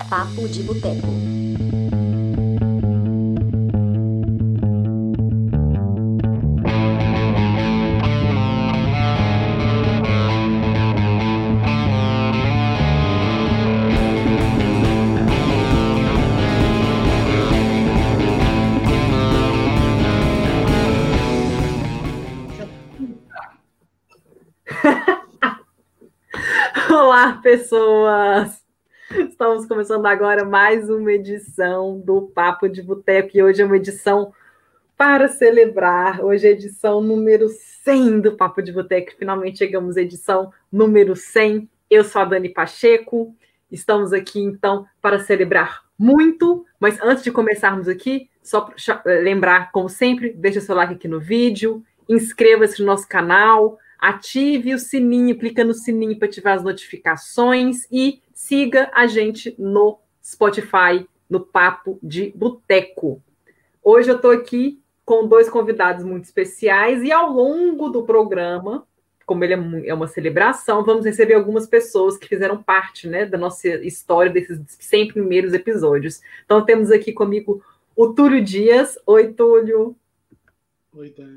Papo de Boteco. Olá, pessoas! Estamos começando agora mais uma edição do Papo de Boteco e hoje é uma edição para celebrar. Hoje é a edição número 100 do Papo de Boteco. Finalmente chegamos à edição número 100. Eu sou a Dani Pacheco. Estamos aqui, então, para celebrar muito. Mas antes de começarmos aqui, só para lembrar, como sempre, deixa seu like aqui no vídeo, inscreva-se no nosso canal, ative o sininho, clica no sininho para ativar as notificações e siga a gente no Spotify, no Papo de Boteco. Hoje eu estou aqui com dois convidados muito especiais e ao longo do programa, como ele é uma celebração, vamos receber algumas pessoas que fizeram parte, né, da nossa história desses 100 primeiros episódios. Então temos aqui comigo o Túlio Dias. Oi, Túlio. Oi, Dani.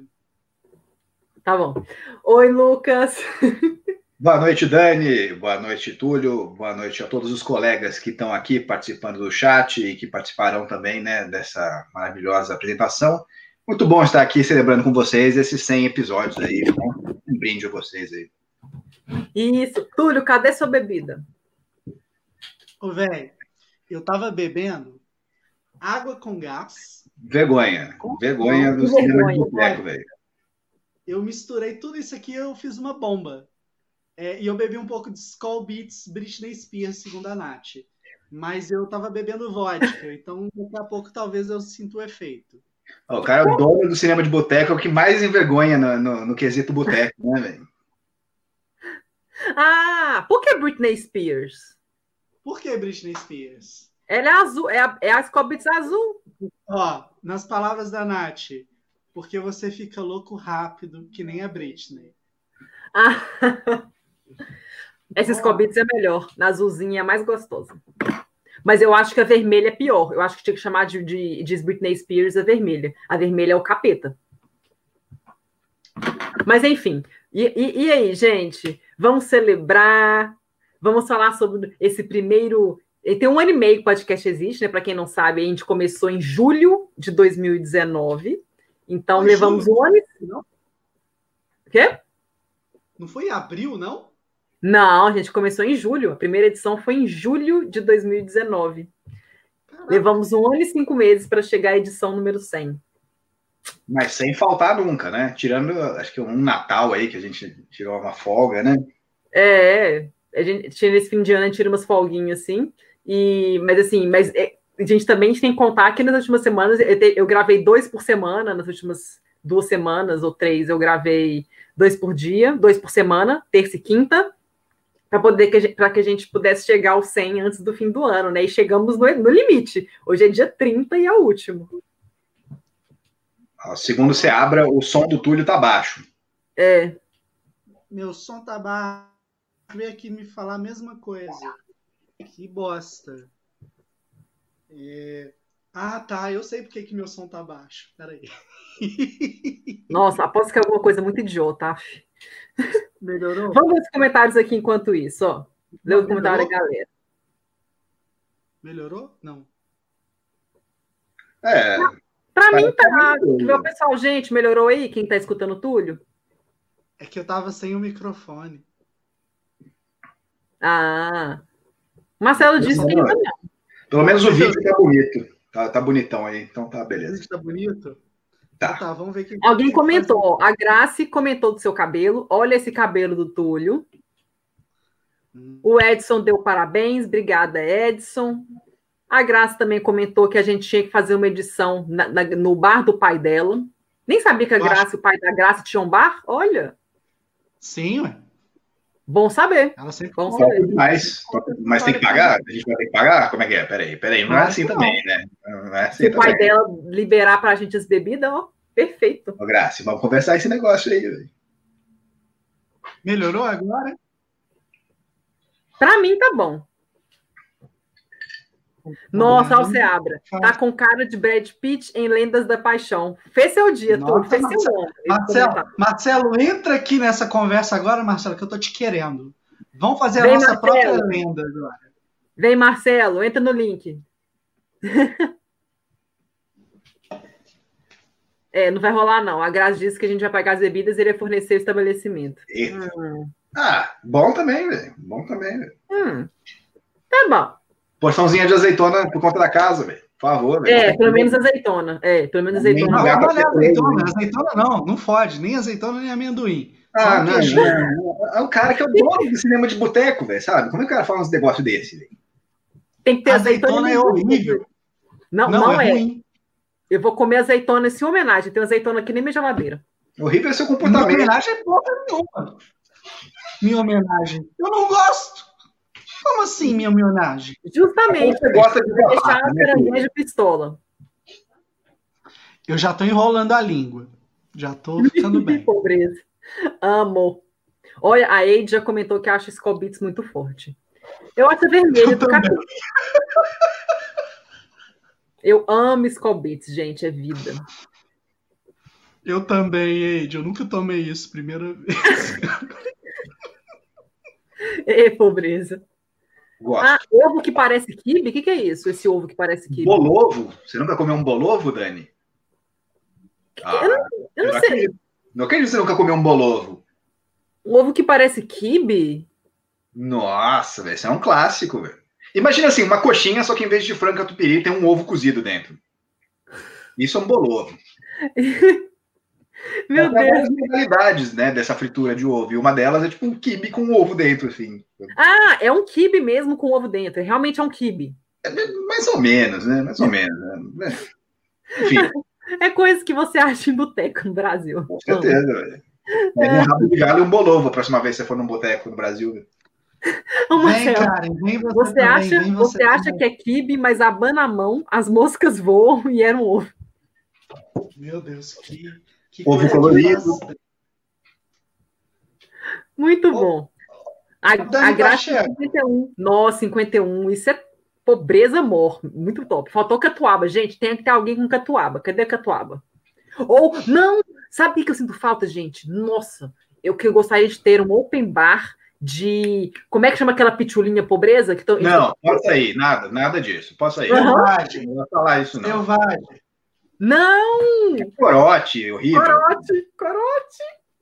Tá bom. Oi, Lucas. Boa noite, Dani. Boa noite, Túlio. Boa noite a todos os colegas que estão aqui participando do chat e que participarão também, né, dessa maravilhosa apresentação. Muito bom estar aqui celebrando com vocês esses 100 episódios aí. Um brinde a vocês aí. Isso. Túlio, cadê sua bebida? Ô, velho, eu tava bebendo água com gás. Vergonha. Vergonha do cinema de boteco, velho. Eu misturei tudo isso aqui e eu fiz uma bomba. E eu bebi um pouco de Skol Beats Britney Spears, segundo a Nath. Mas eu tava bebendo vodka, então daqui a pouco talvez eu sinta o efeito. O cara é o dono do cinema de boteco, é o que mais envergonha no quesito boteco, né, velho? Ah, por que Britney Spears? Por que Britney Spears? Ela é azul, é a Skol Beats azul. Ó, nas palavras da Nath, porque você fica louco rápido, que nem a Britney. Ah, essa Skol Beats é melhor. Na azulzinha é mais gostosa. Mas eu acho que a vermelha é pior. Eu acho que tinha que chamar de Britney Spears a vermelha. A vermelha é o capeta. Mas enfim. E aí, gente? Vamos celebrar. Vamos falar sobre esse primeiro... Tem 1 ano e meio que o podcast existe, né? Para quem não sabe, a gente começou em julho de 2019. Então, levamos um ano... Não? O quê? Não foi em abril, não? Não, a gente começou em julho. A primeira edição foi em julho de 2019. Caraca. Levamos 1 ano e 5 meses para chegar à edição número 100. Mas sem faltar nunca, né? Tirando, acho que um Natal aí, que a gente tirou uma folga, né? A gente tira esse fim de ano, a gente tira umas folguinhas assim. Mas a gente também tem que contar que nas últimas semanas eu gravei 2 por semana, nas últimas 2 semanas ou 3 eu gravei 2 por dia, 2 por semana, terça e quinta, para que a gente pudesse chegar ao 100 antes do fim do ano, né? E chegamos no limite. Hoje é dia 30 e é o último. Segundo você abra, o som do Túlio tá baixo. Meu som tá baixo. Veio aqui me falar a mesma coisa. Que bosta. Ah, tá. Eu sei porque que meu som tá baixo. Peraí. Nossa, aposto que é alguma coisa muito idiota. Melhorou? Vamos ver os comentários aqui enquanto isso, ó. Lê o comentário da galera. Melhorou? Não. Pra mim tá. Meu pessoal, gente, melhorou aí? Quem tá escutando o Túlio? É que eu tava sem o microfone. Ah. Marcelo disse que ainda não. Pelo menos o vídeo tá bonito. Tá bonitão aí, então tá beleza. O vídeo tá bonito? Tá, vamos ver quem. Alguém comentou, a Grace comentou do seu cabelo. Olha esse cabelo do Túlio. O Edson deu parabéns, obrigada, Edson. A Grace também comentou que a gente tinha que fazer uma edição no bar do pai dela. Nem sabia que a Grace, o pai da Grace, tinha um bar. Olha. Sim, ué. Bom saber. Ela sempre bom saber. Mas tem que pagar? A gente vai ter que pagar? Como é que é? Peraí. Não é assim também, né? Não é assim. Se o pai dela liberar pra gente as bebidas, ó, perfeito. Ô, Graça, vamos conversar esse negócio aí, velho. Melhorou agora? Pra mim tá bom. Nossa, Seabra, tá com cara de Brad Pitt em Lendas da Paixão. Fez seu dia, Túlio, fez seu ano. Marcelo, entra aqui nessa conversa agora, Marcelo, que eu tô te querendo. Vamos fazer a nossa própria lenda agora. Vem, Marcelo, entra no link. Não vai rolar, não. A Grazi disse que a gente vai pagar as bebidas e ele ia fornecer o estabelecimento. Bom também, velho. Bom também, velho. Tá bom. Porçãozinha de azeitona por conta da casa, velho. Por favor, velho. Pelo menos azeitona. Pelo menos azeitona. Não fode. Nem azeitona, nem amendoim. Não. É o cara que é o dono do cinema de boteco, velho, sabe? Como é que o cara fala uns negócios desse, velho? Tem que ter azeitona. É horrível. Não é. Ruim. Eu vou comer azeitona sem homenagem. Tem azeitona aqui nem minha geladeira. Horrível é seu comportamento. Minha homenagem é porra nenhuma. Minha homenagem. Eu não gosto. Como assim, minha homenagem? Justamente. Você gosta de deixar a carangueja pistola. Eu já tô enrolando a língua. Já tô ficando bem. Pobreza. Amo. Olha, a Eide já comentou que acha Skull Beats muito forte. Eu acho vermelho do cabelo. Eu amo Skull Beats, gente, é vida. Eu também, Eide. Eu nunca tomei isso, primeira vez. Pobreza. Gosto. Ovo que parece quibe? O que é isso, esse ovo que parece quibe? Bolovo? Você nunca comeu um bolovo, Dani? Eu não sei. Não acredito que você nunca comeu um bolovo. Um ovo que parece quibe? Nossa, velho, isso é um clássico, velho. Imagina assim, uma coxinha, só que em vez de frango catupiry tem um ovo cozido dentro. Isso é um bolovo. Meu Deus. Tem várias modalidades, né, dessa fritura de ovo. E uma delas é tipo um quibe com ovo dentro, assim. É um quibe mesmo com ovo dentro. Realmente é um quibe. Mais ou menos, né? Mais ou menos. Né? Enfim. É coisa que você acha em boteco no Brasil. Com certeza, velho. Um rabo de galho e um bolovo a próxima vez que você for num boteco no Brasil. Vem, Karen, vem você acha que é quibe, mas abana a mão, as moscas voam e era um ovo. Meu Deus, que ovo colorido. Muito bom. A Graça é 51. Nossa, 51. Isso é pobreza amor. Muito top. Faltou catuaba. Gente, tem que ter alguém com catuaba. Cadê a catuaba? Ou, não, sabe o que eu sinto falta, gente? Nossa, eu gostaria de ter um open bar de... Como é que chama aquela pitulinha pobreza? Não, pode sair. Nada disso. Pode sair. Selvagem. Não vou falar isso, não. Selvagem. Não! Corote, horrível. Corote.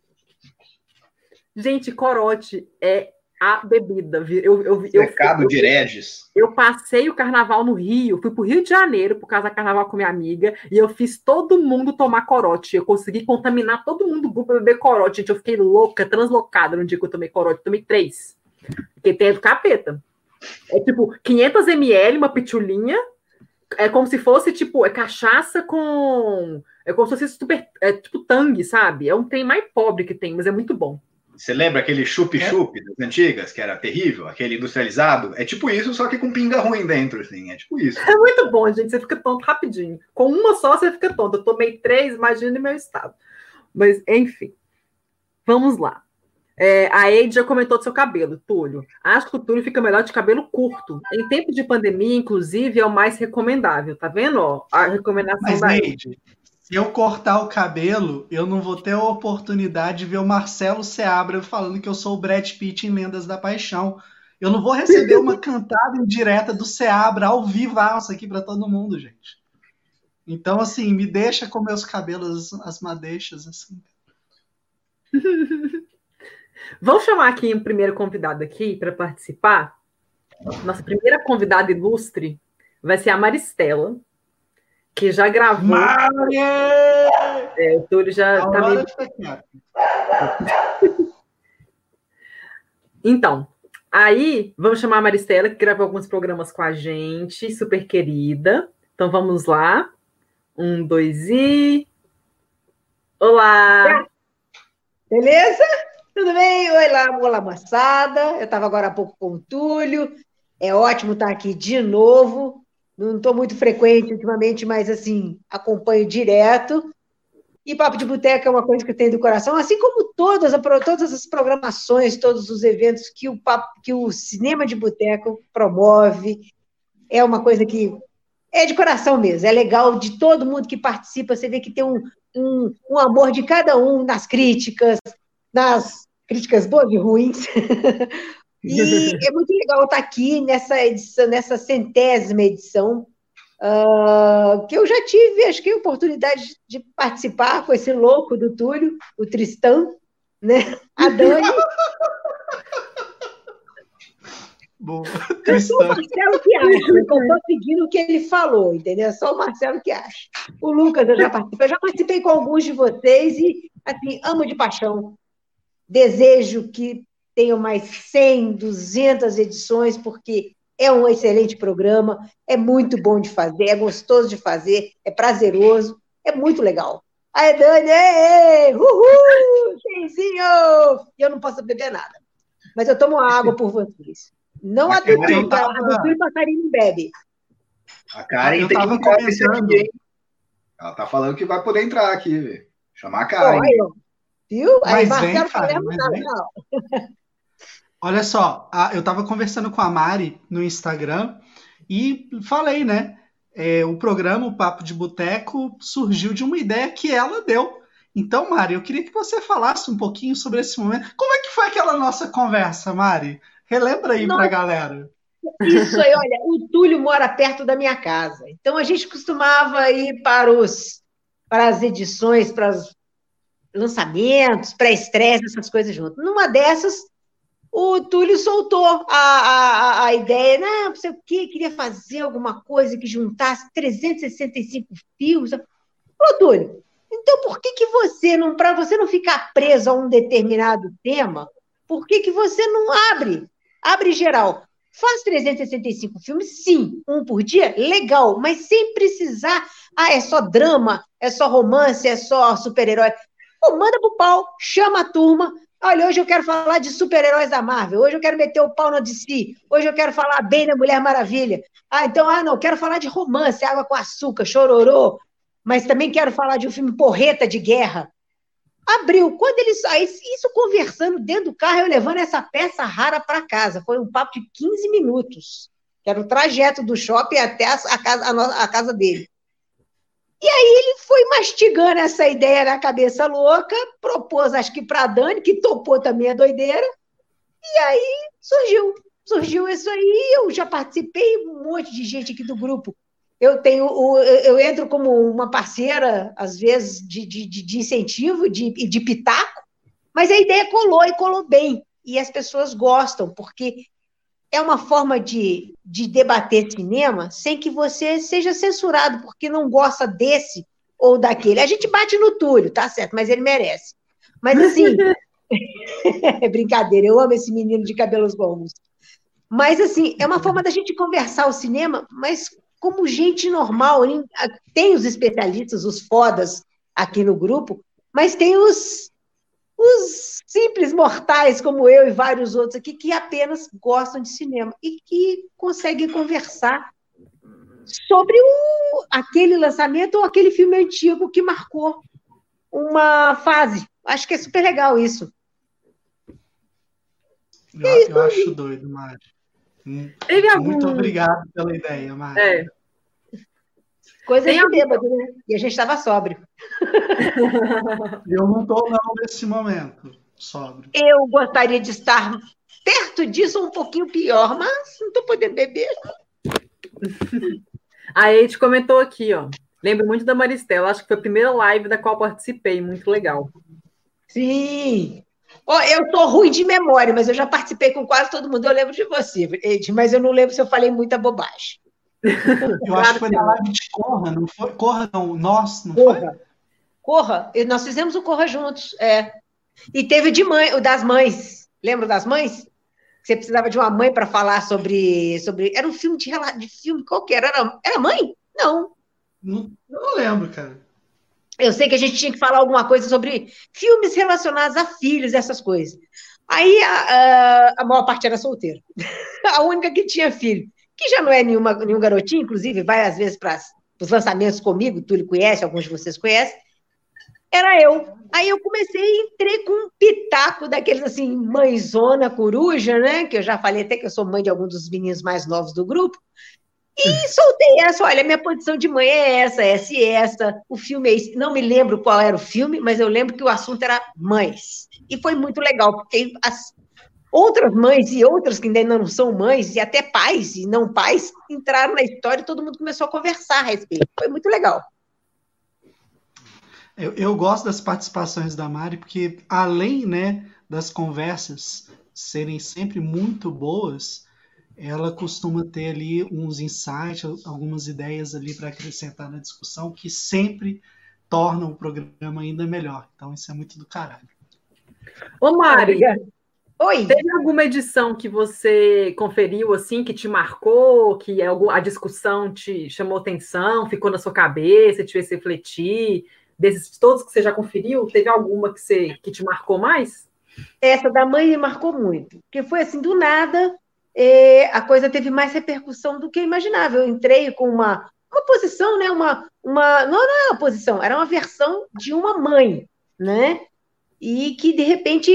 Gente, corote é a bebida. Mercado de hereges. Eu passei o carnaval no Rio, fui pro Rio de Janeiro por causa da carnaval com minha amiga, e eu fiz todo mundo tomar corote. Eu consegui contaminar todo mundo do grupo a beber corote. Gente, eu fiquei louca, translocada no dia que eu tomei corote. Tomei 3. Porque tem do capeta. É tipo 500 ml, uma pitulinha. É como se fosse, tipo, cachaça com... É como se fosse super... tipo tangue, sabe? É um trem mais pobre que tem, mas é muito bom. Você lembra aquele chup-chup das antigas, que era terrível? Aquele industrializado? É tipo isso, só que com pinga ruim dentro, assim. É tipo isso. É muito bom, gente. Você fica tonto rapidinho. Com uma só, você fica tonto. Eu tomei 3, imagine meu estado. Mas, enfim. Vamos lá. A Eide já comentou do seu cabelo, Túlio. Acho que o Túlio fica melhor de cabelo curto. Em tempo de pandemia, inclusive, é o mais recomendável. Tá vendo? Ó, a recomendação Mas, da Eide, se eu cortar o cabelo, eu não vou ter a oportunidade de ver o Marcelo Seabra falando que eu sou o Brad Pitt em Lendas da Paixão. Eu não vou receber uma cantada indireta do Seabra ao vivaço aqui para todo mundo, gente. Então, assim, me deixa com meus cabelos, as madeixas, assim. Vamos chamar aqui um primeiro convidado aqui para participar. Nossa primeira convidada ilustre vai ser a Maristela, que já gravou. O Túlio já tá meio... Então, aí vamos chamar a Maristela, que gravou alguns programas com a gente, super querida. Então vamos lá. 1, 2 e... Olá! Beleza? Tudo bem? Olá, moçada. Eu estava agora há pouco com o Túlio. É ótimo estar aqui de novo. Não estou muito frequente ultimamente, mas assim, acompanho direto. E Papo de Boteca é uma coisa que eu tenho do coração, assim como todas as programações, todos os eventos que o Cinema de Boteco promove, é uma coisa que é de coração mesmo, é legal de todo mundo que participa, você vê que tem um amor de cada um nas críticas boas e ruins. E é muito legal estar aqui nessa edição, nessa 100ª edição, que eu já tive, acho que, a oportunidade de participar com esse louco do Túlio, o Tristão, né? A Dani. Boa. É só o Marcelo que acha, eu estou seguindo o que ele falou, entendeu? É só o Marcelo que acha. O Lucas, eu já participei com alguns de vocês e, assim, amo de paixão. Desejo que tenham mais 100, 200 edições, porque é um excelente programa, é muito bom de fazer, é gostoso de fazer, é prazeroso, é muito legal. Aí, Dani, uhul, cheizinho! E eu não posso beber nada, mas eu tomo água por vocês. Não a do Túlio, a do Túlio passarinho não bebe. A Karen tem que entrar nesse aqui, hein? Ela tá falando que vai poder entrar aqui, velho. Chamar a Karen. Aí, ó. Viu? Aí, Mas Marcelo vem, não. Olha só, eu estava conversando com a Mari no Instagram e falei, né? O programa, o Papo de Boteco, surgiu de uma ideia que ela deu. Então, Mari, eu queria que você falasse um pouquinho sobre esse momento. Como é que foi aquela nossa conversa, Mari? Relembra aí para a galera. Isso aí, olha, o Túlio mora perto da minha casa. Então, a gente costumava ir para as edições, para os lançamentos, pré-estreia, essas coisas junto. Numa dessas, o Túlio soltou a ideia, não sei o quê, queria fazer alguma coisa que juntasse 365 filmes. Falou, Túlio, então por que você não, para você não ficar preso a um determinado tema, por que você não abre geral? Faz 365 filmes, sim, um por dia, legal, mas sem precisar, é só drama, é só romance, é só super-herói. Pô, manda pro pau, chama a turma. Olha, hoje eu quero falar de super-heróis da Marvel, hoje eu quero meter o pau na DC, hoje eu quero falar bem da Mulher Maravilha. Não, quero falar de romance, Água com Açúcar, Chororô, mas também quero falar de um filme porreta de guerra. Abriu, quando ele saiu, isso conversando dentro do carro, eu levando essa peça rara para casa, foi um papo de 15 minutos, que era o trajeto do shopping até a casa dele. E aí ele foi mastigando essa ideia na cabeça louca, propôs, acho que para a Dani, que topou também a doideira, e aí surgiu isso aí, eu já participei, um monte de gente aqui do grupo. Eu entro como uma parceira, às vezes, de incentivo, de pitaco, mas a ideia colou bem, e as pessoas gostam, porque é uma forma de debater cinema sem que você seja censurado, porque não gosta desse ou daquele. A gente bate no Túlio, tá certo, mas ele merece. Mas, assim, é brincadeira, eu amo esse menino de cabelos longos. Mas, assim, é uma forma da gente conversar o cinema, mas como gente normal. Tem os especialistas, os fodas aqui no grupo, mas tem os simples mortais como eu e vários outros aqui que apenas gostam de cinema e que conseguem conversar sobre aquele lançamento ou aquele filme antigo que marcou uma fase. Acho que é super legal isso. Eu acho doido, Mari. Muito obrigado pela ideia, Mari. Coisa de bêbado, né? E a gente estava sóbrio. Eu não estou, não, nesse momento, sóbrio. Eu gostaria de estar perto disso, um pouquinho pior, mas não estou podendo beber. A Eide comentou aqui, ó. Lembro muito da Maristela, acho que foi a primeira live da qual participei, muito legal. Sim. Eu tô ruim de memória, mas eu já participei com quase todo mundo. Eu lembro de você, Eide, mas eu não lembro se eu falei muita bobagem. Eu acho que foi na live de Corra, não foi? Corra, não, nós, não Corra. foi? Corra, nós fizemos o Corra juntos, E teve o das mães. Lembra das mães? Você precisava de uma mãe para falar sobre. Era um filme de filme qualquer. Era mãe? Não. Não lembro, cara. Eu sei que a gente tinha que falar alguma coisa sobre filmes relacionados a filhos, essas coisas. Aí a maior parte era solteira. A única que tinha filho, que já não é nenhum garotinho, inclusive, vai às vezes para os lançamentos comigo, Túlio conhece, alguns de vocês conhecem, era eu. Aí eu entrei com um pitaco daqueles assim, mãezona coruja, né? Que eu já falei até que eu sou mãe de alguns dos meninos mais novos do grupo. E soltei essa, olha, minha posição de mãe é essa e essa, o filme é esse. Não me lembro qual era o filme, mas eu lembro que o assunto era mães. E foi muito legal, porque as outras mães e outras que ainda não são mães, e até pais e não pais, entraram na história e todo mundo começou a conversar a respeito. Foi muito legal. Eu gosto das participações da Mari, porque além, né, das conversas serem sempre muito boas, ela costuma ter ali uns insights, algumas ideias ali para acrescentar na discussão, que sempre tornam o programa ainda melhor. Então isso é muito do caralho. Ô, Mari, oi. Teve alguma edição que você conferiu, assim, que te marcou, que a discussão te chamou atenção, ficou na sua cabeça, te fez refletir? Desses todos que você já conferiu, teve alguma que te marcou mais? Essa da mãe me marcou muito, porque foi assim, do nada, a coisa teve mais repercussão do que eu imaginava. Eu entrei com uma posição, né? Não era uma posição, era uma versão de uma mãe, né? E que, de repente,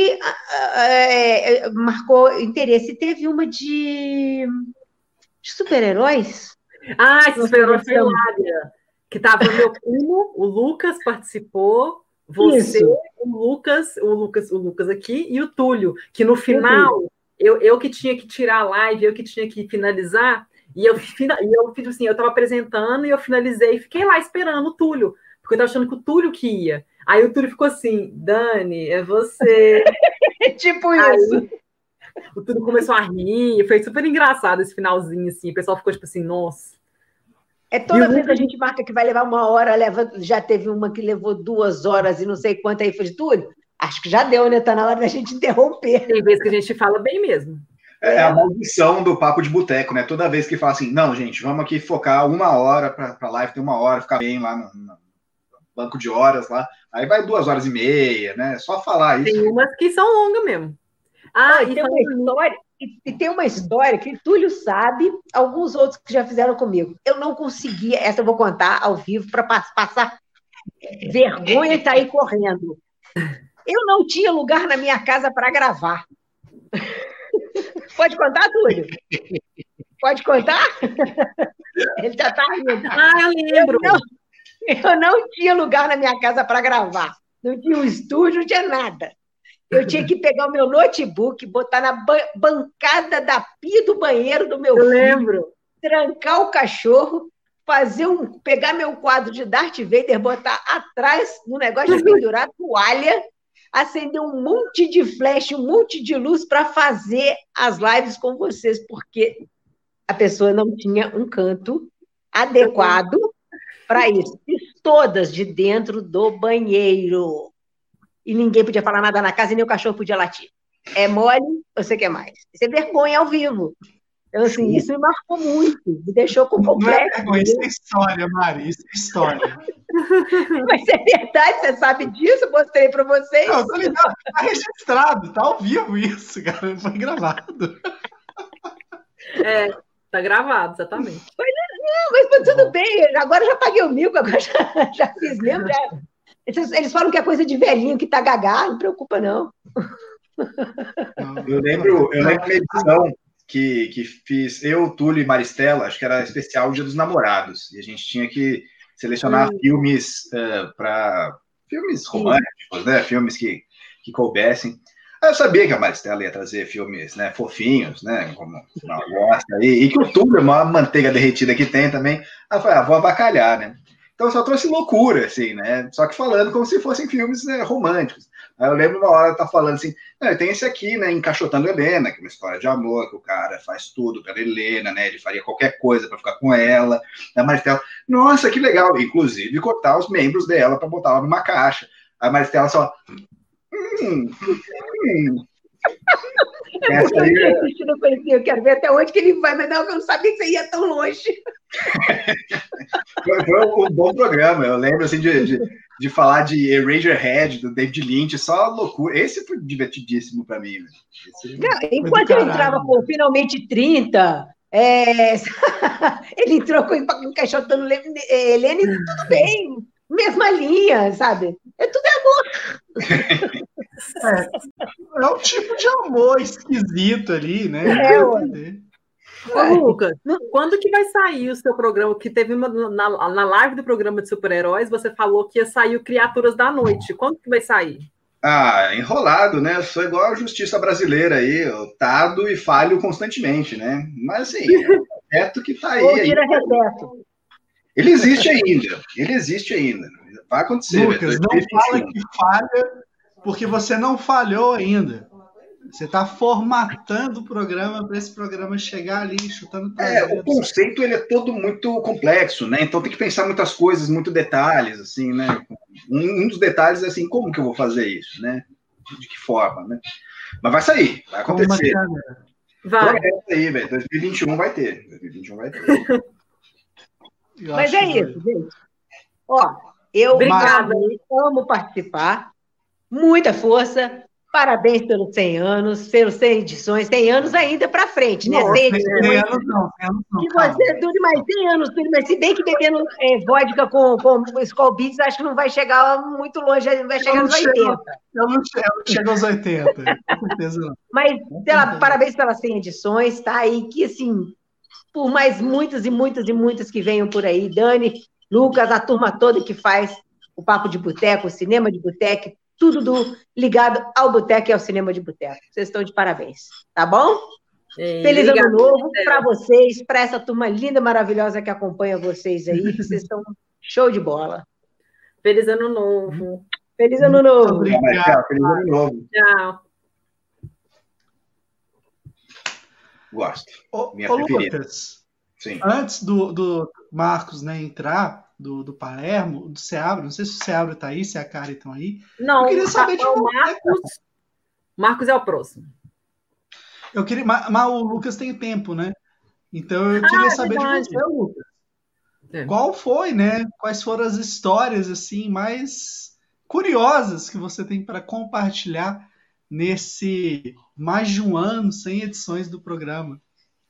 marcou interesse. Teve uma de super-heróis. Ah, esse super-herói foi hilária. Que estava o meu primo, o Lucas participou, você, Isso. o Lucas aqui, e o Túlio, que no final, eu que tinha que tirar a live, eu que tinha que finalizar, e eu fiz assim, eu estava apresentando e eu finalizei, e fiquei lá esperando o Túlio, porque eu estava achando que o Túlio que ia. Aí o Túlio ficou assim, Dani, é você. Tipo aí, isso. O Túlio começou a rir, foi super engraçado esse finalzinho, assim, o pessoal ficou tipo assim, nossa. Toda vez que a gente marca que vai levar 1 hora, já teve uma que levou 2 horas e não sei quanto, aí foi Túlio. Acho que já deu, né? Tá na hora da gente interromper. Tem vezes que a gente fala bem mesmo. É a maldição do papo de boteco, né? Toda vez que fala assim, não, gente, vamos aqui focar 1 hora para live, ter 1 hora, ficar bem lá no banco de horas lá. Aí vai 2 horas e meia, né? Só falar isso. Tem umas que são longas mesmo. Tem uma história que Túlio sabe, alguns outros que já fizeram comigo. Eu não conseguia, essa eu vou contar ao vivo para passar vergonha e sair correndo. Eu não tinha lugar na minha casa para gravar. Pode contar, Túlio? Pode contar? Ele já está rindo. Eu lembro. Eu não tinha lugar na minha casa para gravar. Não tinha um estúdio, não tinha nada. Eu tinha que pegar o meu notebook, botar na bancada da pia do banheiro do meu filho. Lembro. Trancar o cachorro, pegar meu quadro de Darth Vader, botar atrás no negócio de pendurar toalha, acender um monte de flash, um monte de luz para fazer as lives com vocês, porque a pessoa não tinha um canto adequado para isso. Fiz todas de dentro do banheiro. E ninguém podia falar nada na casa e nem o cachorro podia latir. É mole, você quer mais. Isso é vergonha ao vivo. Então, assim, isso me marcou muito, me deixou com complexo. Não é, isso é história, Mari, isso é história. Mas é verdade, você sabe disso, eu mostrei para vocês. Não, tô ligado, tá registrado, tá ao vivo isso, cara, foi gravado. Tá gravado, exatamente. Mas tudo bem, agora já paguei o mico, agora já fiz mesmo. Eles falam que é coisa de velhinho que tá gagá, não preocupa, não. Eu lembro uma edição que fiz eu, Túlio e Maristela, acho que era especial Dia dos Namorados, e a gente tinha que selecionar filmes para filmes românticos, né? Filmes que coubessem. Eu sabia que a Maristela ia trazer filmes, né, fofinhos, né, como uma gosta aí, e que o Túlio, uma manteiga derretida que tem também. Eu falei, vou avacalhar, né? Então eu só trouxe loucura, assim, né? Só que falando como se fossem filmes, né, românticos. Aí eu lembro uma hora tá falando assim, tem esse aqui, né, Encaixotando Helena, que é uma história de amor, que o cara faz tudo pela Helena, né? Ele faria qualquer coisa para ficar com ela. A Maristela, nossa, que legal! Inclusive cortar os membros dela para botar ela numa caixa. A Maristela só. Eu quero ver até onde que ele vai, mas não, eu não sabia que você ia tão longe. Foi um bom programa. Eu lembro assim, de falar de Eraserhead, do David Lynch, só loucura. Esse foi divertidíssimo para mim. Enquanto eu entrava com Finalmente 30, ele entrou com Encaixotando Helena e tudo bem. Mesma linha, sabe? Tudo amor. É um tipo de amor esquisito ali, né? Ô, Lucas, quando que vai sair o seu programa? Que teve na live do programa de super-heróis, você falou que ia sair o Criaturas da Noite. Quando que vai sair? Ah, enrolado, né? Eu sou igual a justiça brasileira aí, eu tardo e falho constantemente, né? Mas assim, é um projeto que tá aí. Ou tira reteto. Ele existe ainda. Vai acontecer. Lucas, não fala que falha, porque você não falhou ainda. Você está formatando o programa para esse programa chegar ali, chutando o conceito ele é todo muito complexo, né? Então tem que pensar muitas coisas, muitos detalhes, assim, né? Um dos detalhes é assim, como que eu vou fazer isso, né? De que forma, né? Mas vai sair, vai acontecer. Vai. Aí, velho. 2021 vai ter. 2021 vai ter. Mas é isso, gente. Ó, eu amo participar. Muita força. Parabéns pelos 100 anos, pelos 100 edições. 100 anos ainda para frente, né? 100 edições. 100 anos não. Que você dure mais 100 anos, mas se bem que bebendo vodka com Skol Beats, acho que não vai chegar muito longe, não vai chegar nos 80. Eu não chego aos 80, com certeza não. Mas, sei lá, parabéns pelas 100 edições, tá? E que, assim, por mais muitas e muitas e muitas que venham por aí, Dani, Lucas, a turma toda que faz o Papo de Boteco, o Cinema de Boteco, tudo ligado ao boteco e ao cinema de boteco. Vocês estão de parabéns, tá bom? Feliz ano novo para vocês, para essa turma linda, maravilhosa que acompanha vocês aí. Vocês estão show de bola. Feliz ano novo. Feliz ano novo. Obrigado. Feliz ano novo. Tchau. Gosto. Minha preferida. Lucas, sim. Antes do Marcos, né, entrar, do Palermo, do Seabra, não sei se o Seabra está aí, se a Karen estão aí. Não, eu queria saber de o Marcos é o próximo. Eu queria, mas o Lucas tem tempo, né? Então eu queria saber de você, Lucas. Qual foi, né? Quais foram as histórias assim mais curiosas que você tem para compartilhar nesse mais de um ano, 100 edições do programa?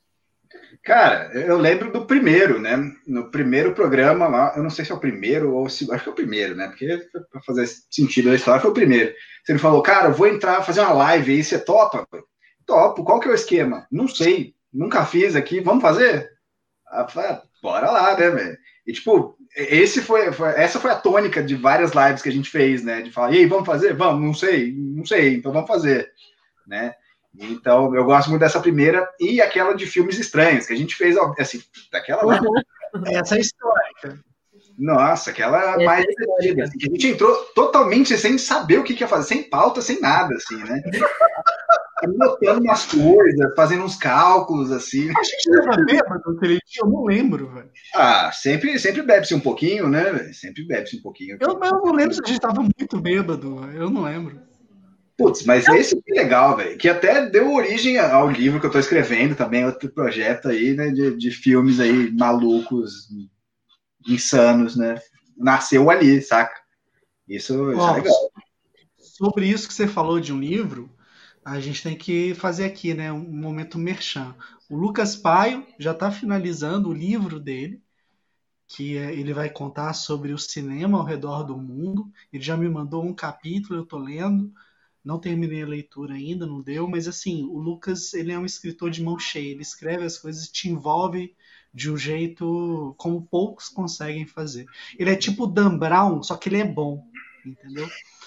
Cara, eu lembro do primeiro, né? No primeiro programa lá, eu não sei se é o primeiro ou o segundo, acho que é o primeiro, né? Porque para fazer sentido da história foi o primeiro. Você me falou, cara, eu vou entrar, fazer uma live aí, você topa? Topo, qual que é o esquema? Não sei, nunca fiz aqui, vamos fazer? Bora lá, né, velho? E tipo, essa foi a tônica de várias lives que a gente fez, né? De falar, e aí, vamos fazer? Vamos, não sei, então vamos fazer, né? Então, eu gosto muito dessa primeira e aquela de filmes estranhos, que a gente fez, assim, daquela lá. Essa é histórica. Nossa, aquela mais divertida, assim, que a gente entrou totalmente sem saber o que ia fazer, sem pauta, sem nada, assim, né? Anotando umas coisas, fazendo uns cálculos, assim. A gente tava bêbado aquele dia, eu não lembro, velho. Ah, sempre bebe-se um pouquinho, né, velho? Sempre bebe-se um pouquinho. Eu não lembro se a gente tava muito bêbado, eu não lembro. Putz, mas esse que é legal, velho, que até deu origem ao livro que eu tô escrevendo, também outro projeto aí, né, de filmes aí malucos, insanos, né, nasceu ali, saca? Isso é legal. Sobre isso que você falou de um livro, a gente tem que fazer aqui, né, um momento merchan. O Lucas Paio já está finalizando o livro dele, que ele vai contar sobre o cinema ao redor do mundo. Ele já me mandou um capítulo, eu tô lendo. Não terminei a leitura ainda, não deu, mas assim, o Lucas, ele é um escritor de mão cheia, ele escreve as coisas e te envolve de um jeito como poucos conseguem fazer. Ele é tipo o Dan Brown, só que ele é bom, entendeu?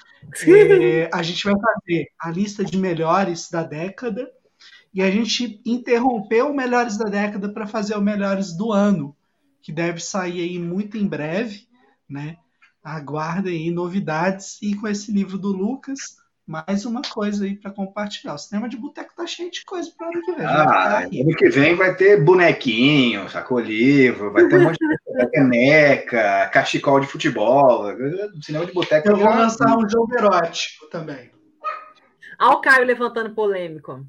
A gente vai fazer a lista de melhores da década e a gente interrompeu o melhores da década para fazer o melhores do ano, que deve sair aí muito em breve, né? Aguardem aí novidades e com esse livro do Lucas, mais uma coisa aí para compartilhar. O cinema de boteco tá cheio de coisa para ano que vem. Ano que vem vai ter bonequinho, sacou livro, vai ter um monte de caneca, cachecol de futebol. Cinema de boteco. Eu vou lançar um jogo erótico também. Olha o Caio levantando polêmico.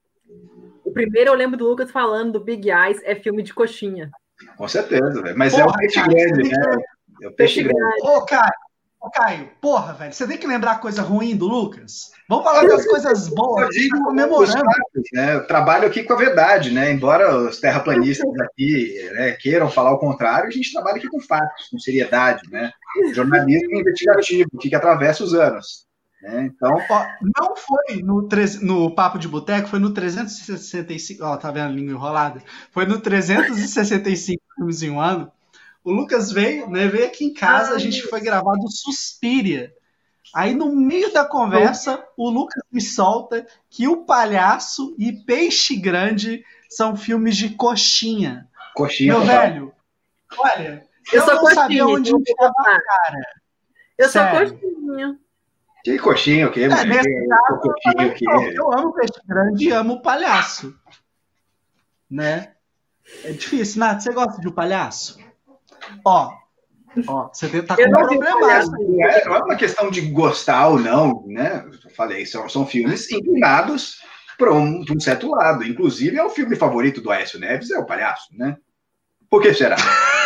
O primeiro eu lembro do Lucas falando do Big Eyes, é filme de coxinha. Com certeza, velho. Mas é o peixe grande, né? É o peixe grande. Ô, Caio, porra, velho, você tem que lembrar coisa ruim do Lucas? Vamos falar das coisas boas, eu digo, comemorando. Fatos, né? Eu trabalho aqui com a verdade, né? Embora os terraplanistas aqui, né, queiram falar o contrário, a gente trabalha aqui com fatos, com seriedade, né? Jornalismo investigativo, que atravessa os anos. né? Então, Ó, não foi no Papo de Boteco, foi no 365. Ó, tá vendo a língua enrolada? Foi no 365 filmes em um ano. O Lucas veio, né? Veio aqui em casa, a gente foi gravar do Suspiria. Aí, no meio da conversa, o Lucas me solta que O Palhaço e Peixe Grande são filmes de coxinha. coxinha Meu total. velho, olha, Eu eu sou não coxinha, sabia onde então enfiar a cara. Eu sou Sério. coxinha. Que coxinha, o quê? Nesse caso, Coxinha, o quê? eu amo Peixe Grande e amo o Palhaço. Né? É difícil. Nath, você gosta de O Palhaço? Ó, você tá com Eu um não vi O problema. Palhaço. Não é uma questão de gostar ou não, né? Eu falei, são filmes inclinados para um certo lado. Inclusive, é o filme favorito do Aécio Neves, é O Palhaço, né? Por que será?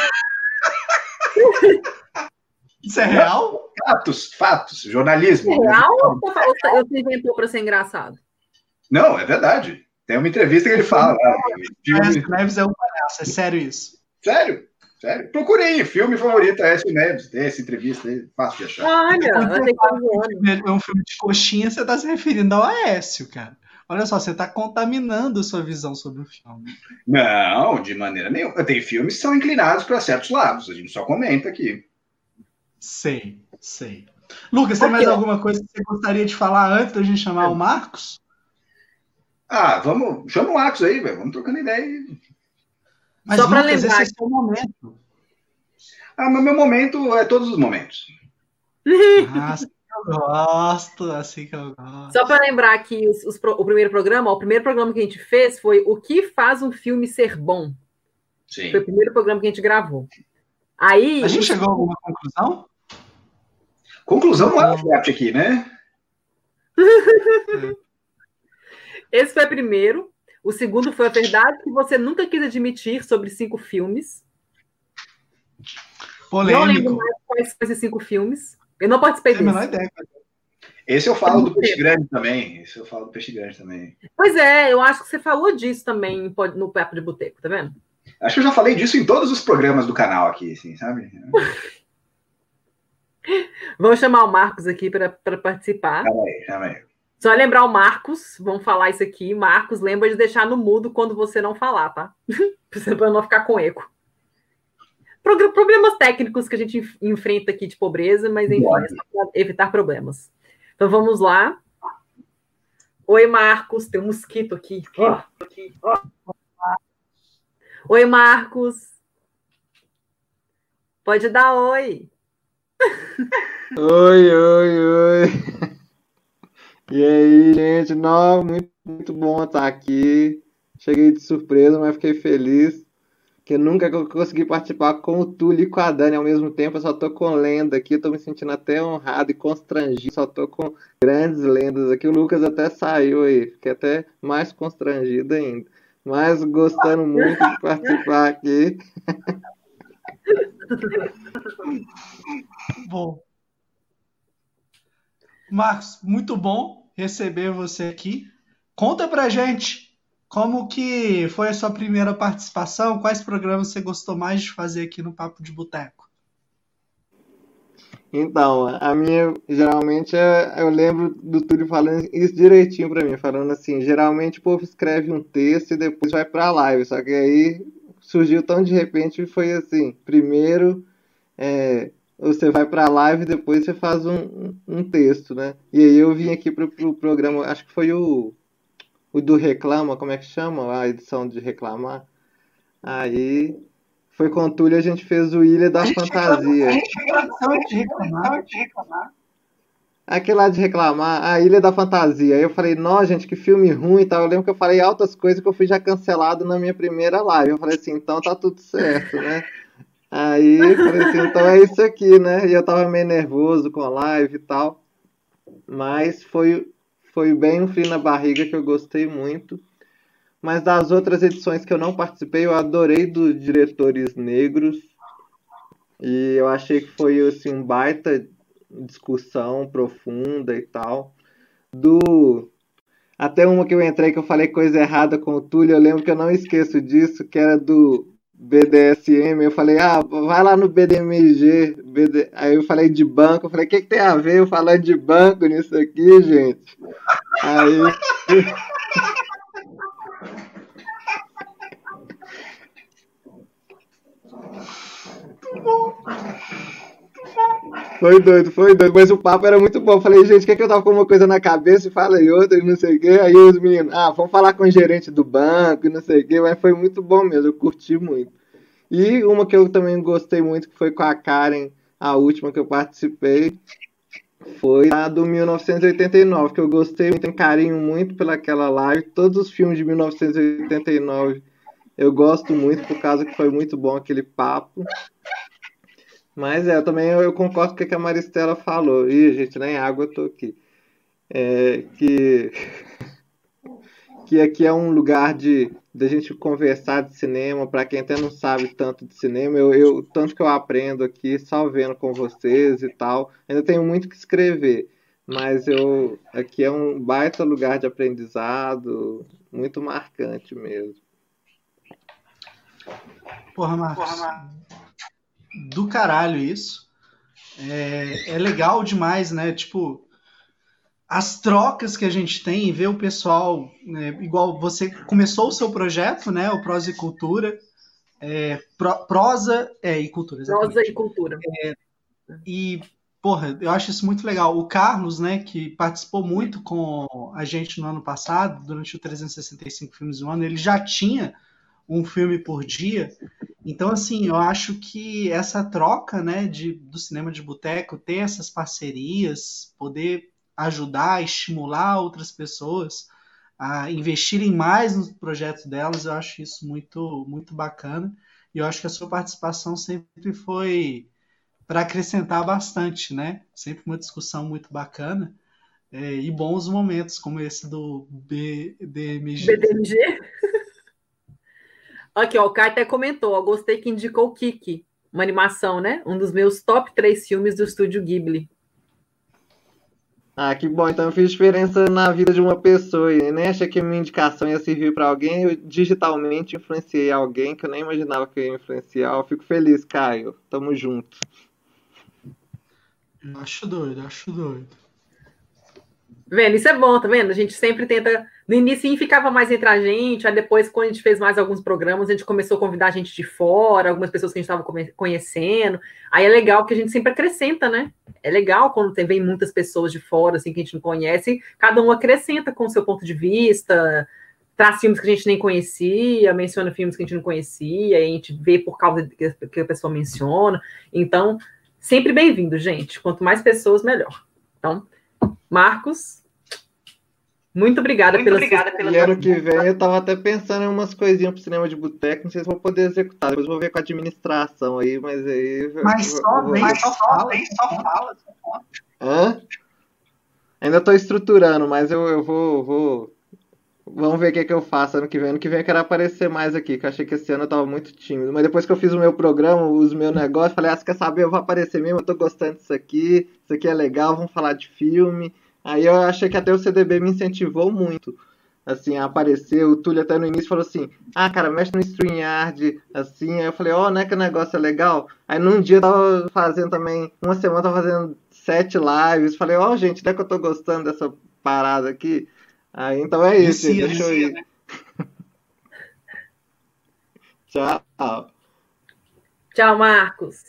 Isso é real? Fatos, jornalismo. Real ou você inventou para ser engraçado? Não, é verdade. Tem uma entrevista que ele fala. Aécio Neves é um palhaço, é sério isso. Sério. Procurei, filme favorito Aécio Neves. Tem essa entrevista aí, fácil de achar. Olha, eu achei que tava zoando. É um filme de coxinha, você tá se referindo ao Aécio, cara. Olha só, você tá contaminando a sua visão sobre o filme. Não, de maneira nenhuma. Tem filmes que são inclinados para certos lados. A gente só comenta aqui. Sei. Lucas, tem mais alguma coisa que você gostaria de falar antes da gente chamar o Marcos? Chama o Marcos aí, velho. Vamos trocando ideia aí. Mas, só para Lucas, lembrar. esse é o seu momento. Mas meu momento é todos os momentos. Assim que eu gosto. Só para lembrar que o primeiro programa que a gente fez foi O que faz um filme ser bom. Sim. Foi o primeiro programa que a gente gravou. Aí, a gente chegou a alguma conclusão? Conclusão não é forte aqui, né? Esse foi o primeiro. O segundo foi a verdade que você nunca quis admitir sobre 5 filmes. Polêmico. Não lembro mais quais são esses 5 filmes. Eu não participei Tem a desse. menor ideia. Esse eu falo do Peixe Grande também. Pois é, eu acho que você falou disso também no Papo de Boteco, tá vendo? Acho que eu já falei disso em todos os programas do canal aqui, assim, sabe? Vamos chamar o Marcos aqui para participar. Calma aí. Só lembrar o Marcos, vamos falar isso aqui. Marcos, lembra de deixar no mudo quando você não falar, tá? Para não ficar com eco. Problemas técnicos que a gente enfrenta aqui de pobreza, mas enfim, é só para evitar problemas. Então vamos lá. Oi, Marcos, tem um mosquito aqui. Oi, Marcos. Pode dar oi. Oi. E aí, gente? Não, muito bom estar aqui. Cheguei de surpresa, mas fiquei feliz. Que nunca consegui participar com o Túlio e com a Dani ao mesmo tempo. Eu só tô com lenda aqui, tô me sentindo até honrado e constrangido. Só tô com grandes lendas aqui. O Lucas até saiu aí, fiquei até mais constrangido ainda. Mas gostando muito de participar aqui. Bom. Marcos, muito bom receber você aqui. Conta pra gente como que foi a sua primeira participação, quais programas você gostou mais de fazer aqui no Papo de Boteco? Então, a minha, geralmente, eu lembro do Túlio falando isso direitinho pra mim, falando assim, geralmente o povo escreve um texto e depois vai pra live, só que aí surgiu tão de repente e foi assim, primeiro você vai pra live e depois você faz um texto, né? E aí eu vim aqui pro programa, acho que foi o do Reclama, como é que chama? A edição de Reclamar. Aí foi com o Túlio, a gente fez o Ilha da Fantasia. Aquele lá de Reclamar, a Ilha da Fantasia. Aí eu falei, nossa, gente, que filme ruim e tal. Eu lembro que eu falei altas coisas que eu fui já cancelado na minha primeira live. Eu falei assim, então tá tudo certo, né? Aí eu falei assim, então é isso aqui, né? E eu tava meio nervoso com a live e tal. Mas foi bem um frio na barriga que eu gostei muito. Mas das outras edições que eu não participei, eu adorei dos Diretores Negros. E eu achei que foi assim, um baita discussão profunda e tal. Até uma que eu entrei que eu falei coisa errada com o Túlio, eu lembro que eu não esqueço disso, que era do BDSM, eu falei, vai lá no BDMG, aí eu falei de banco, eu falei, o que tem a ver eu falando de banco nisso aqui, gente? Aí... Foi doido, mas o papo era muito bom. Eu falei, gente, que eu tava com uma coisa na cabeça e fala e outra e não sei o quê. Aí os meninos, vamos falar com o gerente do banco e não sei o quê, mas foi muito bom mesmo, eu curti muito. E uma que eu também gostei muito, que foi com a Karen, a última que eu participei, foi a do 1989, que eu gostei muito, tenho carinho muito pelaquela live. Todos os filmes de 1989 eu gosto muito, por causa que foi muito bom aquele papo. Mas também eu concordo com o que a Maristela falou. Ih, gente, nem água eu tô aqui. Que aqui é um lugar de gente conversar de cinema, para quem até não sabe tanto de cinema, tanto que eu aprendo aqui só vendo com vocês e tal. Ainda tenho muito que escrever, mas aqui é um baita lugar de aprendizado, muito marcante mesmo. Porra, Marcos. Do caralho isso. É legal demais, né? Tipo, as trocas que a gente tem, ver o pessoal, né, igual você começou o seu projeto, né? O Prosa e Cultura. Prosa e Cultura, exatamente. Prosa e Cultura. E, porra, eu acho isso muito legal. O Carlos, né, que participou muito com a gente no ano passado, durante o 365 Filmes do Ano, ele já tinha um filme por dia. Então, assim, eu acho que essa troca, né, do cinema de boteco, ter essas parcerias, poder ajudar, estimular outras pessoas a investirem mais nos projetos delas, eu acho isso muito, muito bacana. E eu acho que a sua participação sempre foi para acrescentar bastante, né? Sempre uma discussão muito bacana. E bons momentos, como esse do BDMG. BDMG? Aqui, ó, o Kai até comentou, gostei que indicou o Kiki, uma animação, né? Um dos meus top 3 filmes do estúdio Ghibli. Que bom, então eu fiz diferença na vida de uma pessoa e nem achei que minha indicação ia servir para alguém, eu digitalmente influenciei alguém que eu nem imaginava que eu ia influenciar. Eu fico feliz, Caio, tamo junto. Eu acho doido. Vendo? Isso é bom, tá vendo? A gente sempre tenta... No início ficava mais entre a gente, aí depois, quando a gente fez mais alguns programas, a gente começou a convidar gente de fora, algumas pessoas que a gente estava conhecendo. Aí é legal que a gente sempre acrescenta, né? É legal quando vem muitas pessoas de fora, assim, que a gente não conhece, cada um acrescenta com o seu ponto de vista, traz filmes que a gente nem conhecia, menciona filmes que a gente não conhecia, e a gente vê por causa que a pessoa menciona. Então, sempre bem-vindo, gente. Quanto mais pessoas, melhor. Então, Marcos... Muito obrigada pela E ano que vem eu tava até pensando em umas coisinhas pro cinema de boteco, não sei se vou poder executar, depois vou ver com a administração aí, mas aí... Só fala. Hã? Ainda tô estruturando, mas eu vou... Vamos ver o que eu faço ano que vem. Ano que vem eu quero aparecer mais aqui, que eu achei que esse ano eu tava muito tímido. Mas depois que eu fiz o meu programa, os meus negócios, falei, você quer saber, eu vou aparecer mesmo, eu tô gostando disso aqui é legal, vamos falar de filme... Aí eu achei que até o CDB me incentivou muito, assim, a aparecer. O Túlio até no início falou assim, cara, mexe no StreamYard, assim. Aí eu falei, não é que o negócio é legal? Aí num dia eu tava fazendo também, uma semana eu tava fazendo 7 lives. Falei, gente, não é que eu tô gostando dessa parada aqui? Aí então é isso, deixa eu ir. Né? Tchau. Tchau, Marcos.